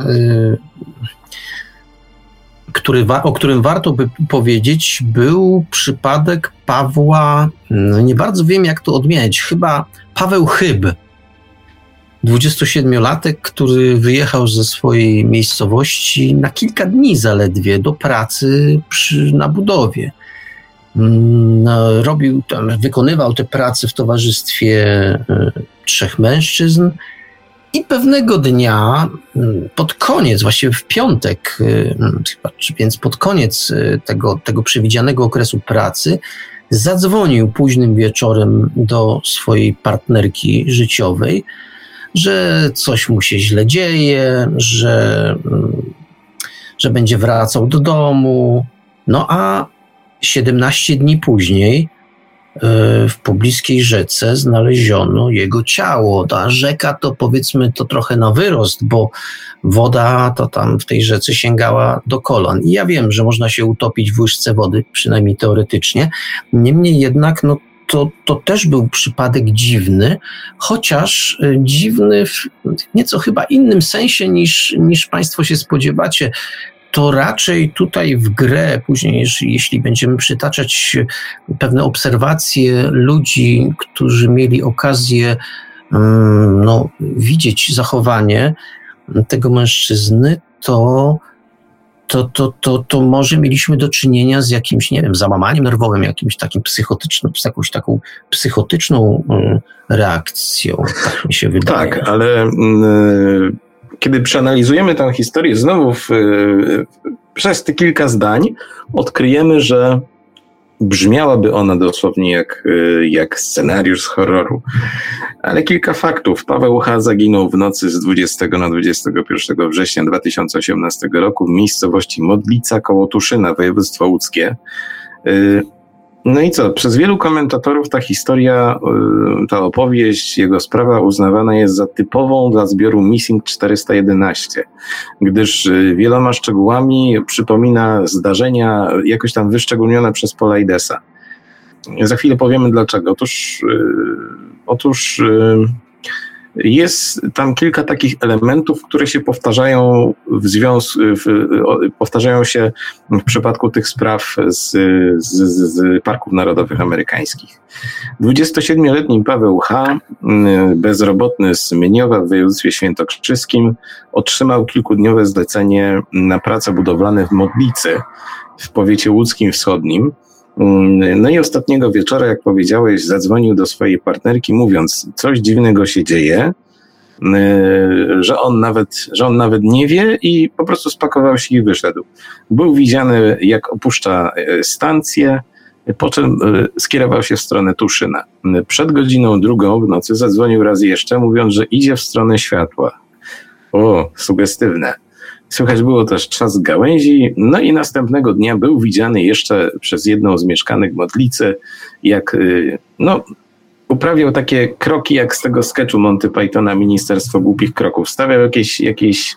o którym warto by powiedzieć, był przypadek Pawła, nie bardzo wiem jak to odmieniać, chyba Paweł Chyb, 27-latek, który wyjechał ze swojej miejscowości na kilka dni zaledwie do pracy na budowie. Wykonywał te prace w towarzystwie 3 mężczyzn i pewnego dnia pod koniec, właściwie w piątek, więc pod koniec tego przewidzianego okresu pracy zadzwonił późnym wieczorem do swojej partnerki życiowej, że coś mu się źle dzieje, że będzie wracał do domu. No a 17 dni później w pobliskiej rzece znaleziono jego ciało. Ta rzeka to powiedzmy to trochę na wyrost, bo woda to tam w tej rzece sięgała do kolan. I ja wiem, że można się utopić w łyżce wody, przynajmniej teoretycznie. Niemniej jednak to też był przypadek dziwny, chociaż dziwny w nieco chyba innym sensie niż Państwo się spodziewacie. To raczej tutaj w grę, później jeśli będziemy przytaczać pewne obserwacje ludzi, którzy mieli okazję widzieć zachowanie tego mężczyzny, to może mieliśmy do czynienia z jakimś, nie wiem, załamaniem nerwowym, jakimś takim psychotycznym, z jakąś taką psychotyczną reakcją, tak mi się wydaje. Tak, ale kiedy przeanalizujemy tę historię znowu przez te kilka zdań, odkryjemy, że brzmiałaby ona dosłownie jak scenariusz z horroru. Ale kilka faktów. Paweł H. zaginął w nocy z 20 na 21 września 2018 roku w miejscowości Modlica koło Tuszyna, województwo łódzkie. No i co? Przez wielu komentatorów ta historia, ta opowieść, jego sprawa uznawana jest za typową dla zbioru Missing 411, gdyż wieloma szczegółami przypomina zdarzenia jakoś tam wyszczególnione przez Paula Idesa. Za chwilę powiemy dlaczego. Otóż jest tam kilka takich elementów, które się powtarzają powtarzają się w przypadku tych spraw z parków narodowych amerykańskich. 27-letni Paweł H., bezrobotny z Myniowa w województwie świętokrzyskim, otrzymał kilkudniowe zlecenie na prace budowlane w Modlicy w powiecie łódzkim wschodnim. No i ostatniego wieczora, jak powiedziałeś, zadzwonił do swojej partnerki, mówiąc, coś dziwnego się dzieje, że on nawet nie wie i po prostu spakował się i wyszedł. Był widziany, jak opuszcza stację, po czym skierował się w stronę Tuszyna. Przed godziną 2 w nocy zadzwonił raz jeszcze, mówiąc, że idzie w stronę światła. O, sugestywne. Słychać było też trzask gałęzi, no i następnego dnia był widziany jeszcze przez jedną z mieszkanek Modlicy, jak uprawiał takie kroki jak z tego sketchu Monty Pythona Ministerstwo Głupich Kroków. Stawiał jakieś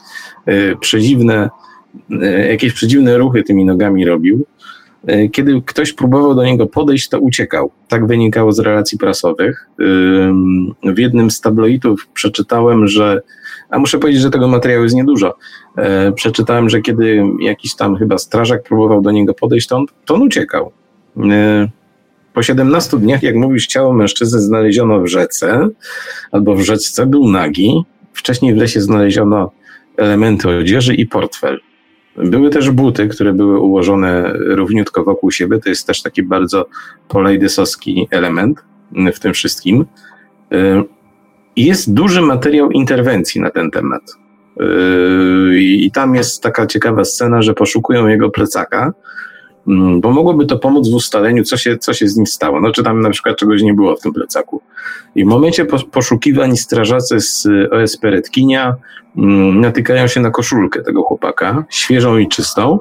przedziwne ruchy tymi nogami robił. Kiedy ktoś próbował do niego podejść, to uciekał. Tak wynikało z relacji prasowych. W jednym z tabloidów przeczytałem, a muszę powiedzieć, że tego materiału jest niedużo. Przeczytałem, że kiedy jakiś tam chyba strażak próbował do niego podejść, to on uciekał. Po 17 dniach, jak mówisz, ciało mężczyzny znaleziono w rzece, albo w rzeczce, był nagi. Wcześniej w lesie znaleziono elementy odzieży i portfel. Były też buty, które były ułożone równiutko wokół siebie. To jest też taki bardzo polejdysowski element w tym wszystkim. jest duży materiał interwencji na ten temat. I tam jest taka ciekawa scena, że poszukują jego plecaka, bo mogłoby to pomóc w ustaleniu, co się z nim stało. No, czy tam na przykład czegoś nie było w tym plecaku. I w momencie poszukiwań strażacy z OSP Redkinia natykają się na koszulkę tego chłopaka, świeżą i czystą,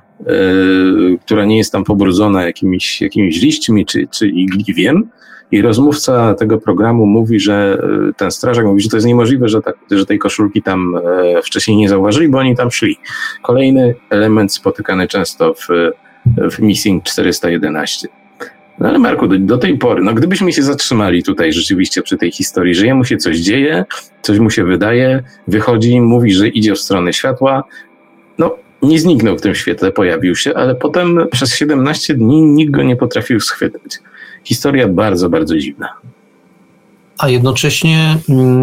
która nie jest tam pobrudzona jakimiś liśćmi czy igliwiem. I rozmówca tego programu mówi, że ten strażak mówi, że to jest niemożliwe, że tej koszulki tam wcześniej nie zauważyli, bo oni tam szli. Kolejny element spotykany często w Missing 411. No ale Marku, do tej pory, no gdybyśmy się zatrzymali tutaj rzeczywiście przy tej historii, że jemu się coś dzieje, coś mu się wydaje, wychodzi, mówi, że idzie w stronę światła, no nie zniknął w tym świetle, pojawił się, ale potem przez 17 dni nikt go nie potrafił schwytać. Historia bardzo, bardzo dziwna. A jednocześnie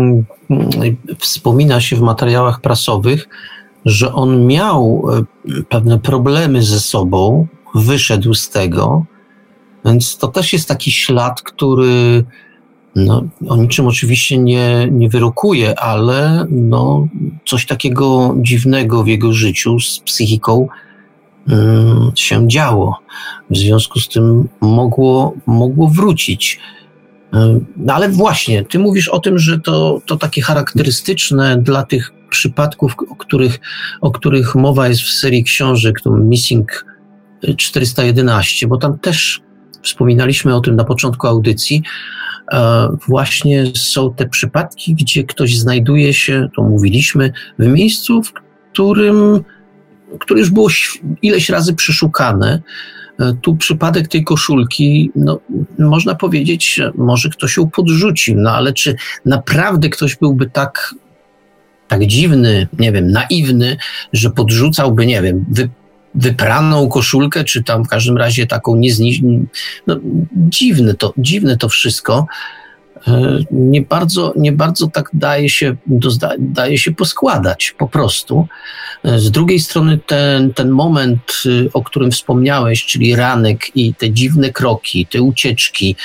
wspomina się w materiałach prasowych, że on miał pewne problemy ze sobą, wyszedł z tego, więc to też jest taki ślad, który o niczym oczywiście nie wyrokuje, ale coś takiego dziwnego w jego życiu z psychiką się działo. W związku z tym mogło wrócić. No ale właśnie, ty mówisz o tym, że to takie charakterystyczne dla tych przypadków, o których mowa jest w serii książek, to Missing 411, bo tam też wspominaliśmy o tym na początku audycji, właśnie są te przypadki, gdzie ktoś znajduje się, to mówiliśmy, w miejscu, w które już było ileś razy przeszukane. Tu przypadek tej koszulki, można powiedzieć, że może ktoś ją podrzucił, ale czy naprawdę ktoś byłby tak dziwny, nie wiem, naiwny, że podrzucałby, nie wiem, wypraną koszulkę, czy tam w każdym razie taką dziwne to wszystko. Nie bardzo tak daje się poskładać po prostu. Z drugiej strony ten moment, o którym wspomniałeś, czyli ranek i te dziwne kroki, te ucieczki,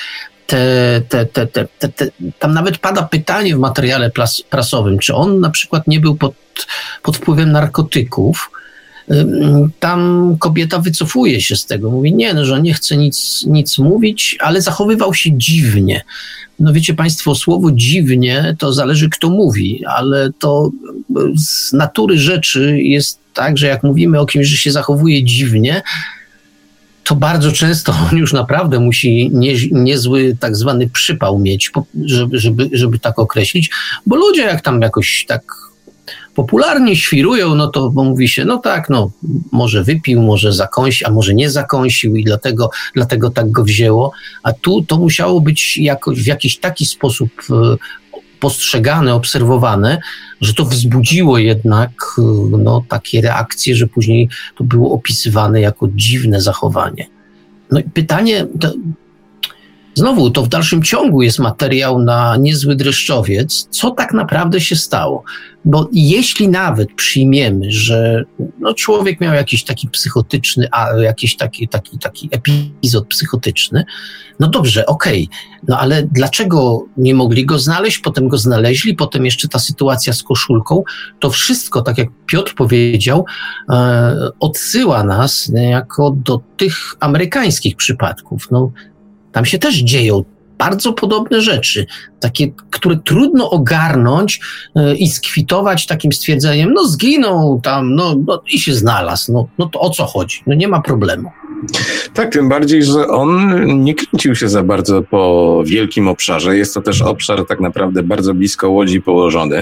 tam nawet pada pytanie w materiale prasowym, czy on na przykład nie był pod wpływem narkotyków. Tam kobieta wycofuje się z tego, mówi że nie chce nic mówić, ale zachowywał się dziwnie. Wiecie państwo, słowo dziwnie to zależy kto mówi, ale to z natury rzeczy jest tak, że jak mówimy o kimś, że się zachowuje dziwnie, to bardzo często on już naprawdę musi niezły tak zwany przypał mieć, żeby tak określić, bo ludzie jak tam jakoś tak popularnie świrują, to mówi się, może wypił, może zakąsił, a może nie zakąsił i dlatego tak go wzięło, a tu to musiało być w jakiś taki sposób postrzegane, obserwowane, że to wzbudziło jednak takie reakcje, że później to było opisywane jako dziwne zachowanie. No i pytanie, znowu, to w dalszym ciągu jest materiał na niezły dreszczowiec, co tak naprawdę się stało. Bo jeśli nawet przyjmiemy, że człowiek miał jakiś taki psychotyczny, jakiś taki epizod psychotyczny, dobrze, okej, ale dlaczego nie mogli go znaleźć, potem go znaleźli, potem jeszcze ta sytuacja z koszulką, to wszystko, tak jak Piotr powiedział, odsyła nas niejako do tych amerykańskich przypadków. Tam się też dzieją bardzo podobne rzeczy, takie, które trudno ogarnąć i skwitować takim stwierdzeniem, zginął tam, i się znalazł, to o co chodzi? Nie ma problemu. Tak, tym bardziej, że on nie kręcił się za bardzo po wielkim obszarze. Jest to też obszar tak naprawdę bardzo blisko Łodzi położony.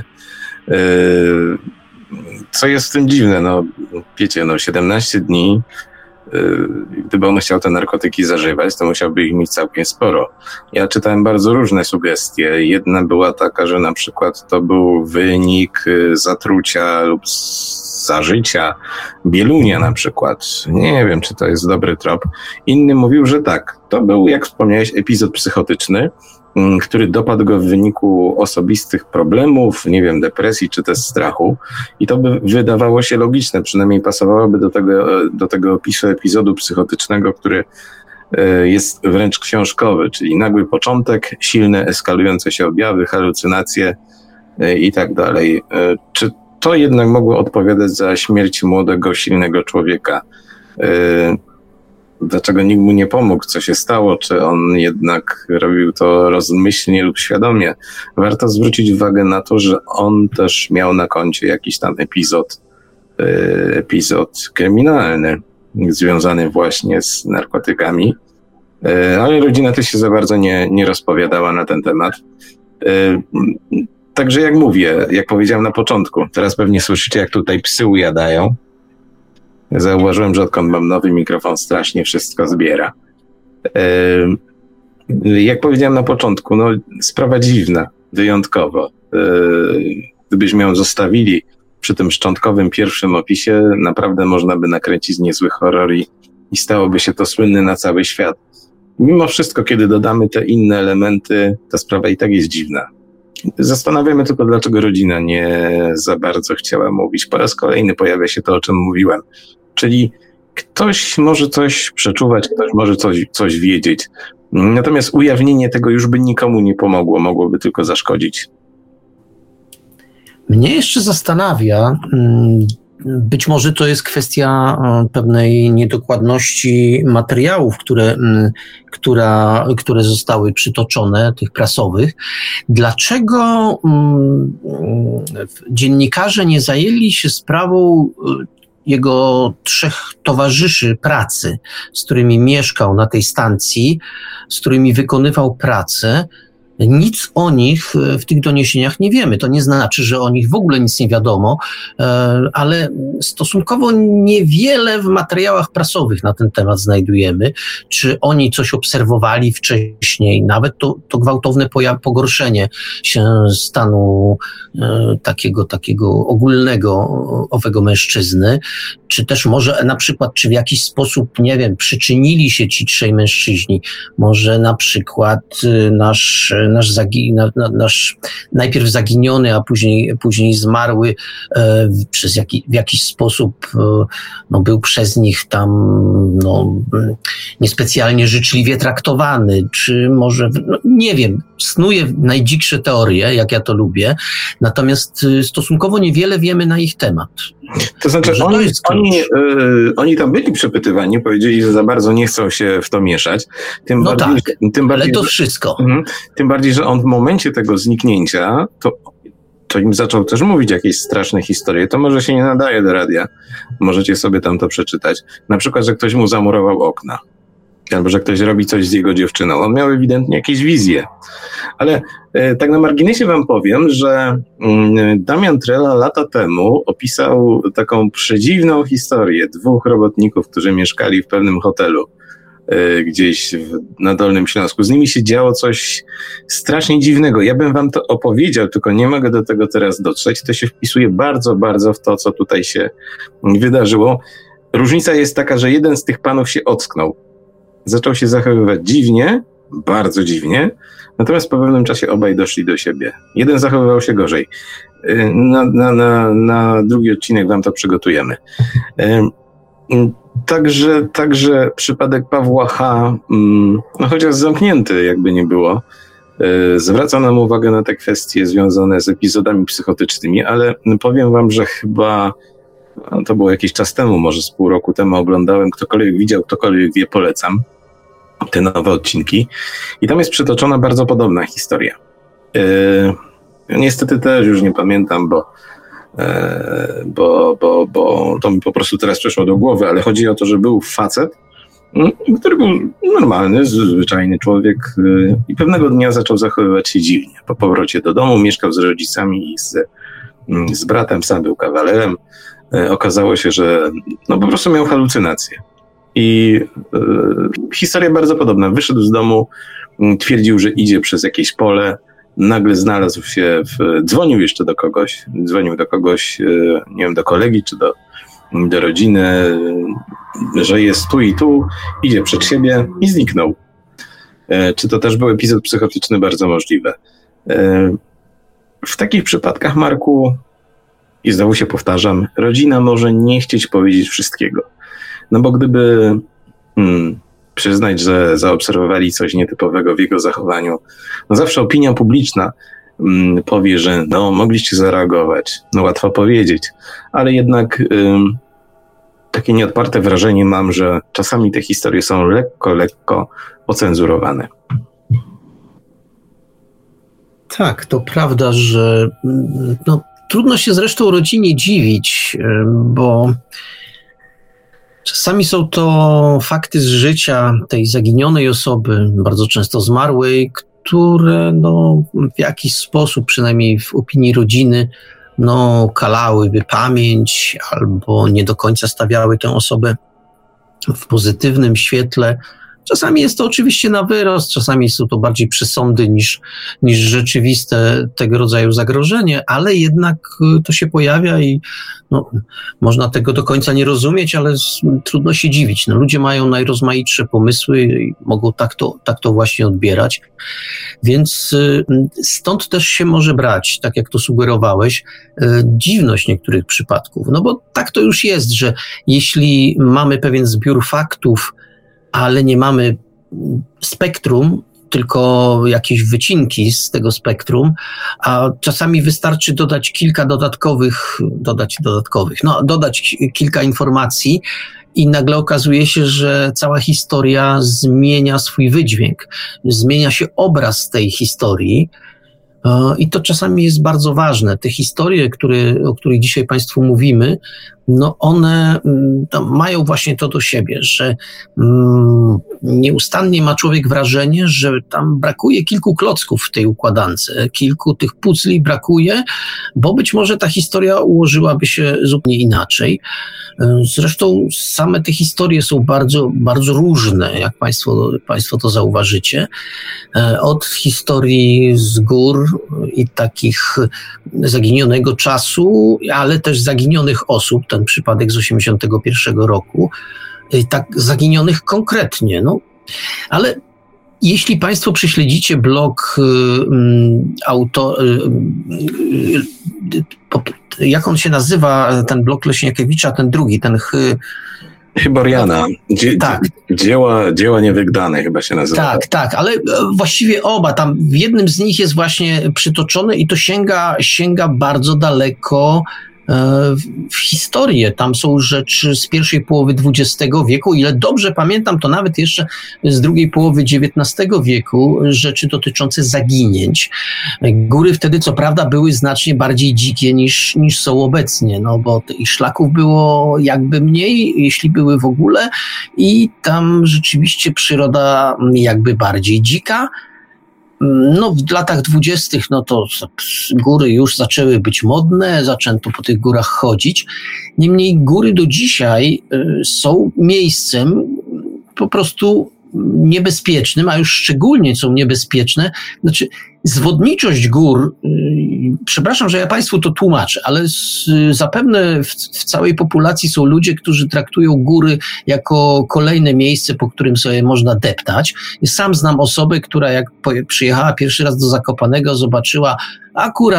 Co jest w tym dziwne? Wiecie, 17 dni. Gdyby on chciał te narkotyki zażywać, to musiałby ich mieć całkiem sporo. Ja czytałem bardzo różne sugestie. Jedna była taka, że na przykład to był wynik zatrucia lub zażycia bielunia na przykład. Nie wiem, czy to jest dobry trop. Inny mówił, że tak. To był, jak wspomniałeś, epizod psychotyczny, który dopadł go w wyniku osobistych problemów, nie wiem, depresji czy też strachu. I to by wydawało się logiczne, przynajmniej pasowałoby do tego opisu epizodu psychotycznego, który jest wręcz książkowy, czyli nagły początek, silne eskalujące się objawy, halucynacje i tak dalej. Czy to jednak mogło odpowiadać za śmierć młodego, silnego człowieka? Dlaczego nikt mu nie pomógł? Co się stało? Czy on jednak robił to rozmyślnie lub świadomie? Warto zwrócić uwagę na to, że on też miał na koncie jakiś tam epizod kryminalny związany właśnie z narkotykami, ale rodzina też się za bardzo nie rozpowiadała na ten temat. Także jak mówię, jak powiedziałem na początku, teraz pewnie słyszycie, jak tutaj psy ujadają. Zauważyłem, że odkąd mam nowy mikrofon, strasznie wszystko zbiera. Jak powiedziałem na początku, no sprawa dziwna, wyjątkowo. Gdybyśmy ją zostawili przy tym szczątkowym pierwszym opisie, naprawdę można by nakręcić niezły horror i stałoby się to słynne na cały świat. Mimo wszystko, kiedy dodamy te inne elementy, ta sprawa i tak jest dziwna. Zastanawiamy tylko, dlaczego rodzina nie za bardzo chciała mówić. Po raz kolejny pojawia się to, o czym mówiłem. Czyli ktoś może coś przeczuwać, ktoś może coś wiedzieć. Natomiast ujawnienie tego już by nikomu nie pomogło, mogłoby tylko zaszkodzić. Mnie jeszcze zastanawia, być może to jest kwestia pewnej niedokładności materiałów, które zostały przytoczone, tych prasowych. Dlaczego dziennikarze nie zajęli się sprawą jego 3 towarzyszy pracy, z którymi mieszkał na tej stacji, z którymi wykonywał pracę? Nic o nich w tych doniesieniach nie wiemy. To nie znaczy, że o nich w ogóle nic nie wiadomo, ale stosunkowo niewiele w materiałach prasowych na ten temat znajdujemy. Czy oni coś obserwowali wcześniej, nawet to gwałtowne pogorszenie się stanu takiego ogólnego owego mężczyzny, czy też może na przykład, czy w jakiś sposób, nie wiem, przyczynili się ci 3 mężczyźni, może na przykład nasz najpierw zaginiony, a później zmarły w jakiś sposób był przez nich tam niespecjalnie życzliwie traktowany, czy może, nie wiem, snuję najdziksze teorie, jak ja to lubię, natomiast stosunkowo niewiele wiemy na ich temat. To znaczy oni tam byli przepytywani, powiedzieli, że za bardzo nie chcą się w to mieszać. Tym bardziej, ale to wszystko. Tym bardziej, że on w momencie tego zniknięcia, to im zaczął też mówić jakieś straszne historie. To może się nie nadaje do radia. Możecie sobie tam to przeczytać. Na przykład, że ktoś mu zamurował okna. Albo że ktoś robi coś z jego dziewczyną. On miał ewidentnie jakieś wizje. Ale tak na marginesie wam powiem, że Damian Trela lata temu opisał taką przedziwną historię 2 robotników, którzy mieszkali w pewnym hotelu gdzieś na Dolnym Śląsku. Z nimi się działo coś strasznie dziwnego. Ja bym wam to opowiedział, tylko nie mogę do tego teraz dotrzeć. To się wpisuje bardzo, bardzo w to, co tutaj się wydarzyło. Różnica jest taka, że jeden z tych panów się ocknął. Zaczął się zachowywać dziwnie, bardzo dziwnie, natomiast po pewnym czasie obaj doszli do siebie. Jeden zachowywał się gorzej. Na drugi odcinek wam to przygotujemy. Także przypadek Pawła H., chociaż zamknięty jakby nie było, zwraca nam uwagę na te kwestie związane z epizodami psychotycznymi, ale powiem wam, że chyba to było jakiś czas temu, może z pół roku temu oglądałem, ktokolwiek widział, ktokolwiek wie, polecam te nowe odcinki. I tam jest przytoczona bardzo podobna historia. Niestety też już nie pamiętam, bo to mi po prostu teraz przeszło do głowy, ale chodzi o to, że był facet, który był normalny, zwyczajny człowiek i pewnego dnia zaczął zachowywać się dziwnie. Po powrocie do domu mieszkał z rodzicami i z bratem, sam był kawalerem. Okazało się, że po prostu miał halucynacje. I historia bardzo podobna. Wyszedł z domu, twierdził, że idzie przez jakieś pole, nagle znalazł się dzwonił jeszcze do kogoś, nie wiem, do kolegi czy do rodziny, że jest tu i tu, idzie przed siebie i zniknął. Czy to też był epizod psychotyczny? Bardzo możliwe. W takich przypadkach, Marku, i znowu się powtarzam, rodzina może nie chcieć powiedzieć wszystkiego. No bo gdyby przyznać, że zaobserwowali coś nietypowego w jego zachowaniu. No zawsze opinia publiczna powie, że no mogliście zareagować. No łatwo powiedzieć, ale jednak takie nieodparte wrażenie mam, że czasami te historie są lekko ocenzurowane. Tak, to prawda, że no, trudno się zresztą rodzinie dziwić, bo czasami są to fakty z życia tej zaginionej osoby, bardzo często zmarłej, które no, w jakiś sposób, przynajmniej w opinii rodziny, no, kalałyby pamięć albo nie do końca stawiały tę osobę w pozytywnym świetle. Czasami jest to oczywiście na wyrost, czasami są to bardziej przesądy niż rzeczywiste tego rodzaju zagrożenie, ale jednak to się pojawia i no, można tego do końca nie rozumieć, ale trudno się dziwić. No, ludzie mają najrozmaitsze pomysły i mogą tak to właśnie odbierać. Więc stąd też się może brać, tak jak to sugerowałeś, dziwność niektórych przypadków. No bo tak to już jest, że jeśli mamy pewien zbiór faktów, ale nie mamy spektrum, tylko jakieś wycinki z tego spektrum, a czasami wystarczy dodać kilka informacji i nagle okazuje się, że cała historia zmienia swój wydźwięk, zmienia się obraz tej historii. I to czasami jest bardzo ważne. Te historie, o których dzisiaj Państwu mówimy, no one mają właśnie to do siebie, że nieustannie ma człowiek wrażenie, że tam brakuje kilku klocków w tej układance, kilku tych puzzli brakuje, bo być może ta historia ułożyłaby się zupełnie inaczej. Zresztą same te historie są bardzo, bardzo różne, jak Państwo to zauważycie. Od historii z gór i takich zaginionego czasu, ale też zaginionych osób, ten przypadek z 1981 roku, tak zaginionych konkretnie. No. Ale jeśli Państwo prześledzicie blog jak on się nazywa, ten blog Leśniakiewicza, ten drugi, ten Chyboriana. Dzieła niewygnane chyba się nazywa. Tak, ale właściwie oba. Tam w jednym z nich jest właśnie przytoczone i to sięga bardzo daleko w historię. Tam są rzeczy z pierwszej połowy XX wieku. Ile dobrze pamiętam, to nawet jeszcze z drugiej połowy XIX wieku rzeczy dotyczące zaginięć. Góry wtedy, co prawda, były znacznie bardziej dzikie niż są obecnie, no bo tych szlaków było jakby mniej, jeśli były w ogóle, i tam rzeczywiście przyroda jakby bardziej dzika. No w latach 20. no to góry już zaczęły być modne, zaczęto po tych górach chodzić. Niemniej góry do dzisiaj są miejscem po prostu niebezpiecznym, a już szczególnie są niebezpieczne. Znaczy zwodniczość gór, przepraszam, że ja Państwu to tłumaczę, ale zapewne w całej populacji są ludzie, którzy traktują góry jako kolejne miejsce, po którym sobie można deptać. I sam znam osobę, która jak przyjechała pierwszy raz do Zakopanego, zobaczyła akurat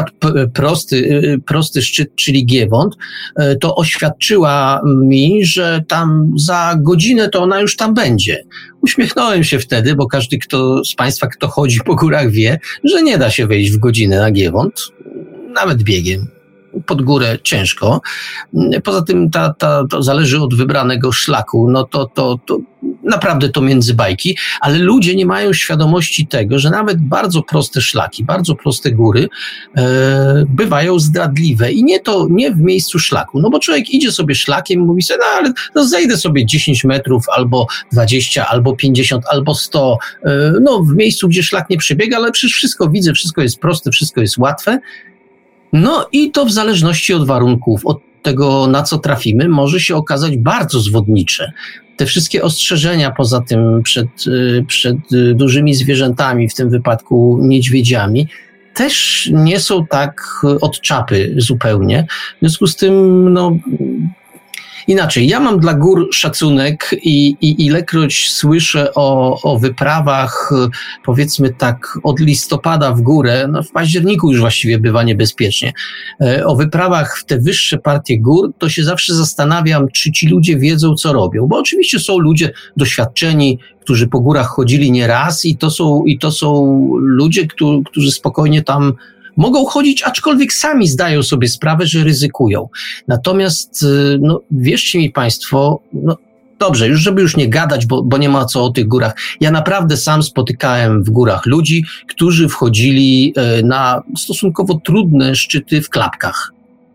prosty szczyt, czyli Giewont, to oświadczyła mi, że tam za godzinę to ona już tam będzie. Uśmiechnąłem się wtedy, bo każdy z Państwa, kto chodzi po górach, wie, że nie da się wejść w godzinę na Giewont, nawet biegiem. Pod górę ciężko. Poza tym to zależy od wybranego szlaku. No to naprawdę to między bajki, ale ludzie nie mają świadomości tego, że nawet bardzo proste szlaki, bardzo proste góry bywają zdradliwe i nie w miejscu szlaku. No bo człowiek idzie sobie szlakiem i mówi sobie, no ale zejdę sobie 10 metrów albo 20, albo 50, albo 100, no w miejscu, gdzie szlak nie przebiega, ale przecież wszystko widzę, wszystko jest proste, wszystko jest łatwe. No i to w zależności od warunków, od tego, na co trafimy, może się okazać bardzo zwodnicze. Te wszystkie ostrzeżenia, poza tym przed dużymi zwierzętami, w tym wypadku niedźwiedziami, też nie są tak od czapy zupełnie. W związku z tym, no, Inaczej, ja mam dla gór szacunek i ilekroć słyszę o wyprawach, powiedzmy tak, od listopada w górę, no w październiku już właściwie bywa niebezpiecznie, o wyprawach w te wyższe partie gór, to się zawsze zastanawiam, czy ci ludzie wiedzą, co robią. Bo oczywiście są ludzie doświadczeni, którzy po górach chodzili nieraz i to są ludzie, którzy spokojnie tam mogą chodzić, aczkolwiek sami zdają sobie sprawę, że ryzykują. Natomiast, no, wierzcie mi Państwo, no dobrze, żeby już nie gadać, bo nie ma co o tych górach. Ja naprawdę sam spotykałem w górach ludzi, którzy wchodzili na stosunkowo trudne szczyty w klapkach.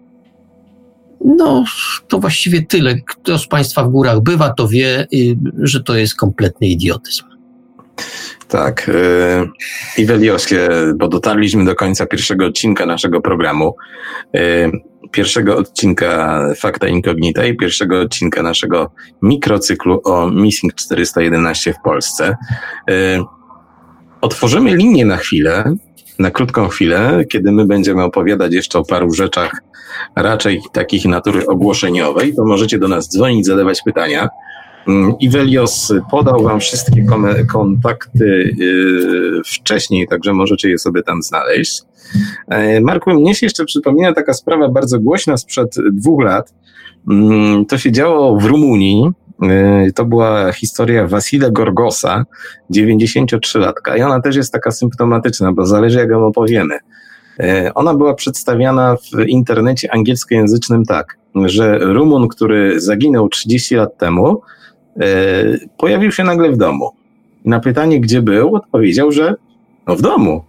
No, to właściwie tyle. Kto z Państwa w górach bywa, to wie, że to jest kompletny idiotyzm. Tak. Iweliosie, bo dotarliśmy do końca pierwszego odcinka naszego programu. Pierwszego odcinka Facta Incognita i pierwszego odcinka naszego mikrocyklu o Missing 411 w Polsce. Otworzymy linię na chwilę, na krótką chwilę, kiedy my będziemy opowiadać jeszcze o paru rzeczach raczej takich natury ogłoszeniowej, to możecie do nas dzwonić, zadawać pytania. Iwelios podał wam wszystkie kontakty wcześniej, także możecie je sobie tam znaleźć. Marku, mnie się jeszcze przypomina taka sprawa bardzo głośna sprzed 2 lat. To się działo w Rumunii. To była historia Vasile Gorgosa, 93-latka. I ona też jest taka symptomatyczna, bo zależy jak ją opowiemy. Ona była przedstawiana w internecie angielskojęzycznym tak, że Rumun, który zaginął 30 lat temu, pojawił się nagle w domu. Na pytanie, gdzie był, odpowiedział, że no w domu.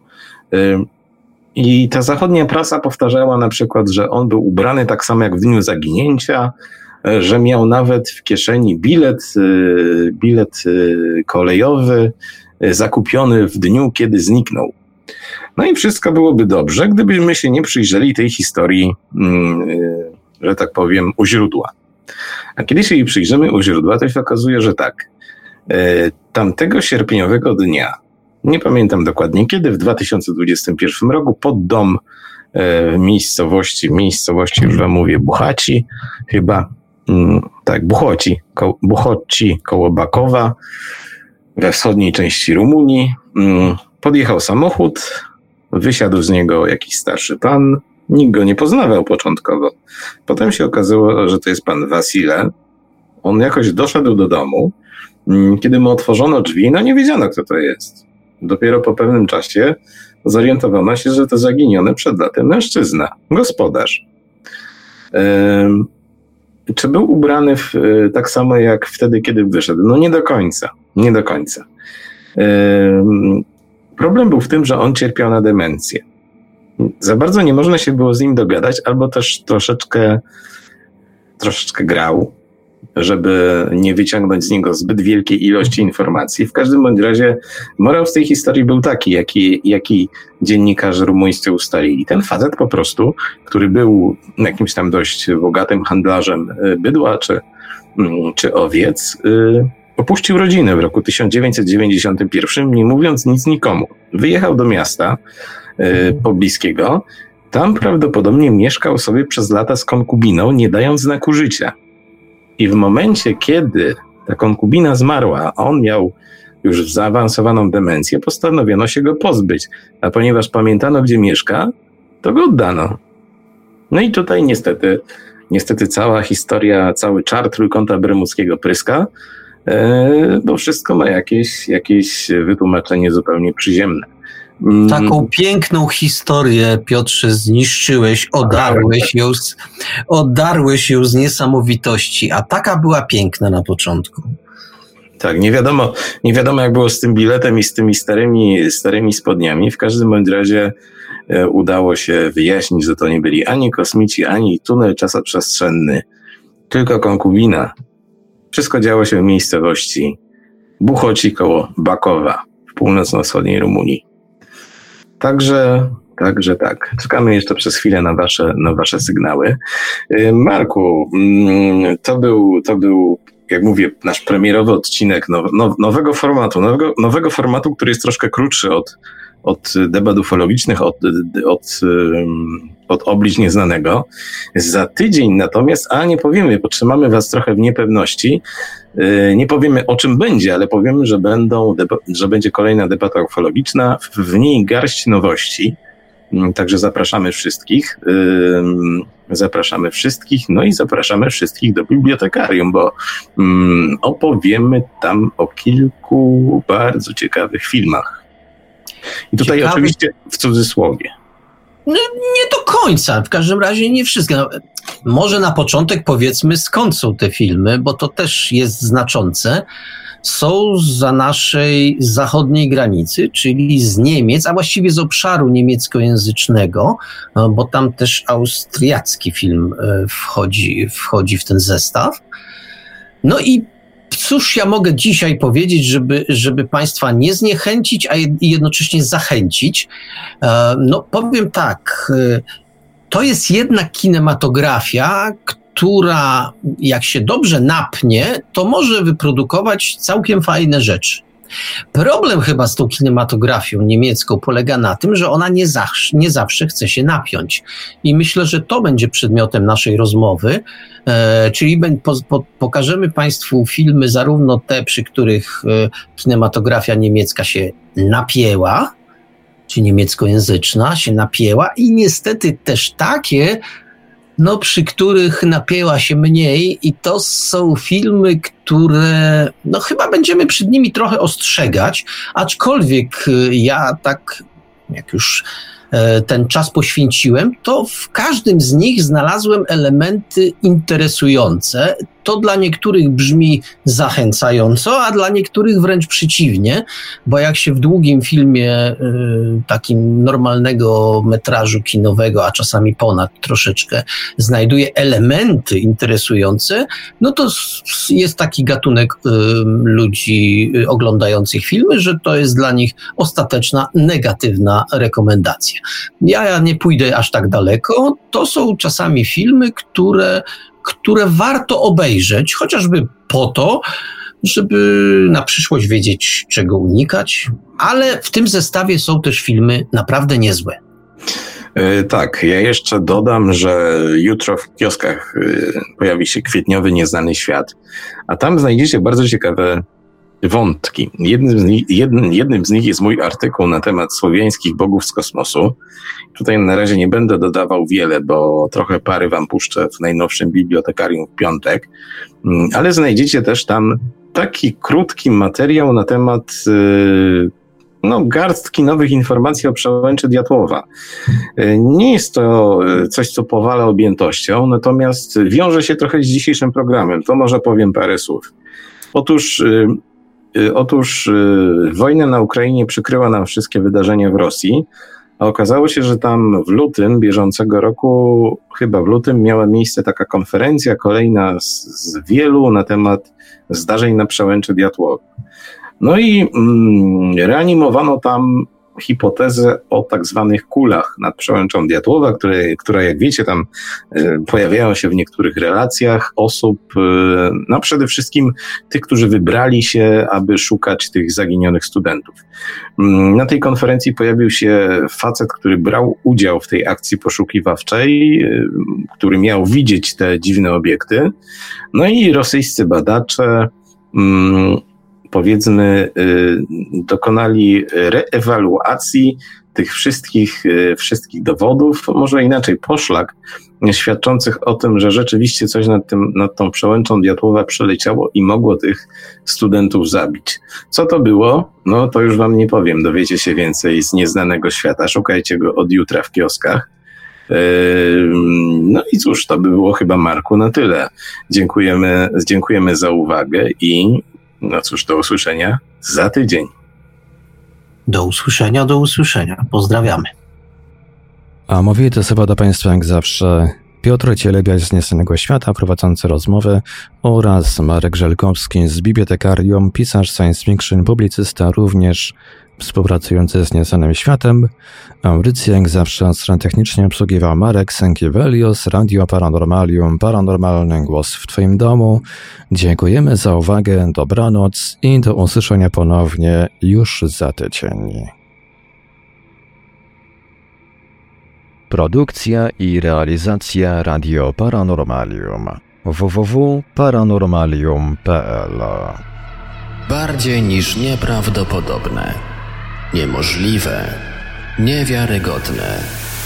I ta zachodnia prasa powtarzała na przykład, że on był ubrany tak samo jak w dniu zaginięcia, że miał nawet w kieszeni bilet kolejowy zakupiony w dniu, kiedy zniknął. No i wszystko byłoby dobrze, gdybyśmy się nie przyjrzeli tej historii, że tak powiem, u źródła. A kiedy się jej przyjrzymy u źródła, to się okazuje, że tak. Tamtego sierpniowego dnia, nie pamiętam dokładnie kiedy, w 2021 roku, pod dom w miejscowości, już wam mówię, Buchaci, chyba, tak, Buchoci koło Bakowa, we wschodniej części Rumunii, podjechał samochód, wysiadł z niego jakiś starszy pan, nikt go nie poznawał początkowo. Potem się okazało, że to jest pan Vasile. On jakoś doszedł do domu, kiedy mu otworzono drzwi, no nie wiedziano, kto to jest. Dopiero po pewnym czasie zorientowano się, że to zaginiony przed laty mężczyzna, gospodarz. Czy był ubrany tak samo jak wtedy, kiedy wyszedł? No nie do końca. Problem był w tym, że on cierpiał na demencję. Za bardzo nie można się było z nim dogadać, albo też troszeczkę grał, żeby nie wyciągnąć z niego zbyt wielkiej ilości informacji. W każdym bądź razie morał z tej historii był taki, jaki dziennikarze rumuńscy ustalili. Ten facet po prostu, który był jakimś tam dość bogatym handlarzem bydła czy owiec, opuścił rodzinę w roku 1991, nie mówiąc nic nikomu. Wyjechał do miasta pobliskiego. Tam prawdopodobnie mieszkał sobie przez lata z konkubiną, nie dając znaku życia. I w momencie, kiedy ta konkubina zmarła, a on miał już zaawansowaną demencję, postanowiono się go pozbyć. A ponieważ pamiętano, gdzie mieszka, to go oddano. No i tutaj niestety cała historia, cały czar Trójkąta Bermudzkiego pryska, bo wszystko ma jakieś wytłumaczenie zupełnie przyziemne. Taką piękną historię, Piotrze, zniszczyłeś, odarłeś ją z niesamowitości, a taka była piękna na początku. Tak, nie wiadomo jak było z tym biletem i z tymi starymi spodniami. W każdym bądź razie udało się wyjaśnić, że to nie byli ani kosmici, ani tunel czasoprzestrzenny, tylko konkubina. Wszystko działo się w miejscowości Buchoci koło Bakowa w północno-wschodniej Rumunii. Także tak. Czekamy jeszcze przez chwilę na wasze sygnały. Marku, to był, jak mówię, nasz premierowy odcinek nowego formatu, który jest troszkę krótszy od debat ufologicznych, od obliczeń nieznanego. Za tydzień natomiast, nie powiemy, bo trzymamy was trochę w niepewności, nie powiemy o czym będzie, ale powiemy, że będzie kolejna debata ufologiczna, w niej garść nowości. Także zapraszamy wszystkich, no i zapraszamy wszystkich do bibliotekarium, bo opowiemy tam o kilku bardzo ciekawych filmach. I tutaj oczywiście w cudzysłowie. No, nie do końca, w każdym razie nie wszystkie. No, może na początek powiedzmy, skąd są te filmy, bo to też jest znaczące. Są za naszej zachodniej granicy, czyli z Niemiec, a właściwie z obszaru niemieckojęzycznego, bo tam też austriacki film wchodzi w ten zestaw. No i cóż ja mogę dzisiaj powiedzieć, żeby Państwa nie zniechęcić, a jednocześnie zachęcić? No powiem tak, to jest jednak kinematografia, która jak się dobrze napnie, to może wyprodukować całkiem fajne rzeczy. Problem chyba z tą kinematografią niemiecką polega na tym, że ona nie zawsze chce się napiąć. I myślę, że to będzie przedmiotem naszej rozmowy, czyli pokażemy Państwu filmy zarówno te, przy których kinematografia niemiecka się napięła, czy niemieckojęzyczna się napięła i niestety też takie, no, przy których napięła się mniej i to są filmy, które no chyba będziemy przed nimi trochę ostrzegać, aczkolwiek ja tak, jak już ten czas poświęciłem, to w każdym z nich znalazłem elementy interesujące. To dla niektórych brzmi zachęcająco, a dla niektórych wręcz przeciwnie, bo jak się w długim filmie takim normalnego metrażu kinowego, a czasami ponad troszeczkę, znajduje elementy interesujące, no to jest taki gatunek ludzi oglądających filmy, że to jest dla nich ostateczna, negatywna rekomendacja. Ja nie pójdę aż tak daleko. To są czasami filmy, które warto obejrzeć, chociażby po to, żeby na przyszłość wiedzieć, czego unikać, ale w tym zestawie są też filmy naprawdę niezłe. Tak, ja jeszcze dodam, że jutro w kioskach pojawi się kwietniowy Nieznany Świat, a tam znajdziecie bardzo ciekawe wątki. Jednym z nich jest mój artykuł na temat słowiańskich bogów z kosmosu. Tutaj na razie nie będę dodawał wiele, bo trochę pary wam puszczę w najnowszym bibliotekarium w piątek, ale znajdziecie też tam taki krótki materiał na temat garstki nowych informacji o przełęczy Diatłowa. Nie jest to coś, co powala objętością, natomiast wiąże się trochę z dzisiejszym programem. To może powiem parę słów. Otóż wojna na Ukrainie przykryła nam wszystkie wydarzenia w Rosji, a okazało się, że tam w lutym bieżącego roku, chyba w lutym, miała miejsce taka konferencja, kolejna z wielu na temat zdarzeń na przełęczy Diatłowa. No i reanimowano tam hipotezę o tak zwanych kulach nad przełęczą Diatłowa, które jak wiecie tam pojawiają się w niektórych relacjach osób, no przede wszystkim tych, którzy wybrali się, aby szukać tych zaginionych studentów. Na tej konferencji pojawił się facet, który brał udział w tej akcji poszukiwawczej, który miał widzieć te dziwne obiekty. No i rosyjscy badacze dokonali reewaluacji tych wszystkich dowodów, może inaczej poszlak, świadczących o tym, że rzeczywiście coś nad tą przełęczą Diatłowa przeleciało i mogło tych studentów zabić. Co to było? No to już wam nie powiem, dowiecie się więcej z Nieznanego Świata, szukajcie go od jutra w kioskach. No i cóż, to by było chyba, Marku, na tyle. Dziękujemy za uwagę i no cóż, do usłyszenia za tydzień. Do usłyszenia. Pozdrawiamy. A mówię to sobie do Państwa jak zawsze Piotr Cielebiaś z Nieznanego Świata, prowadzący rozmowę, oraz Marek Żelkowski z Bibliotekarium, pisarz science fiction, publicysta, również współpracujący z Nieznanym Światem. Audycję jak zawsze od strony technicznie obsługiwał Marek Sękiewelios, Radio Paranormalium, paranormalny głos w Twoim domu. Dziękujemy za uwagę, dobranoc i do usłyszenia ponownie już za tydzień. Produkcja i realizacja Radio Paranormalium. www.paranormalium.pl. Bardziej niż nieprawdopodobne, niemożliwe, niewiarygodne.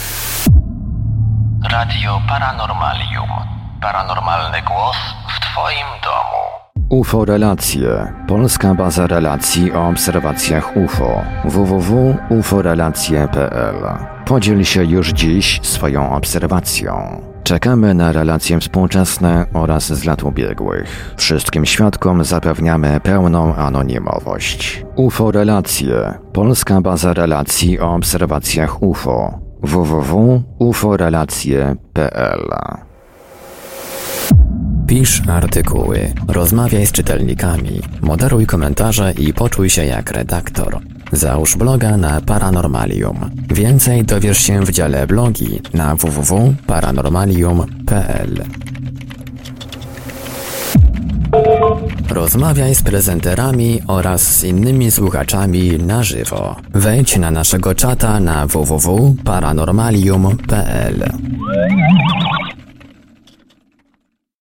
Radio Paranormalium. Paranormalny głos w Twoim domu. UFO Relacje. Polska baza relacji o obserwacjach UFO. www.uforelacje.pl. Podziel się już dziś swoją obserwacją. Czekamy na relacje współczesne oraz z lat ubiegłych. Wszystkim świadkom zapewniamy pełną anonimowość. UFO Relacje. Polska baza relacji o obserwacjach UFO. www.uforelacje.pl. Pisz artykuły, rozmawiaj z czytelnikami, moderuj komentarze i poczuj się jak redaktor. Załóż bloga na Paranormalium. Więcej dowiesz się w dziale blogi na www.paranormalium.pl. Rozmawiaj z prezenterami oraz z innymi słuchaczami na żywo. Wejdź na naszego czata na www.paranormalium.pl.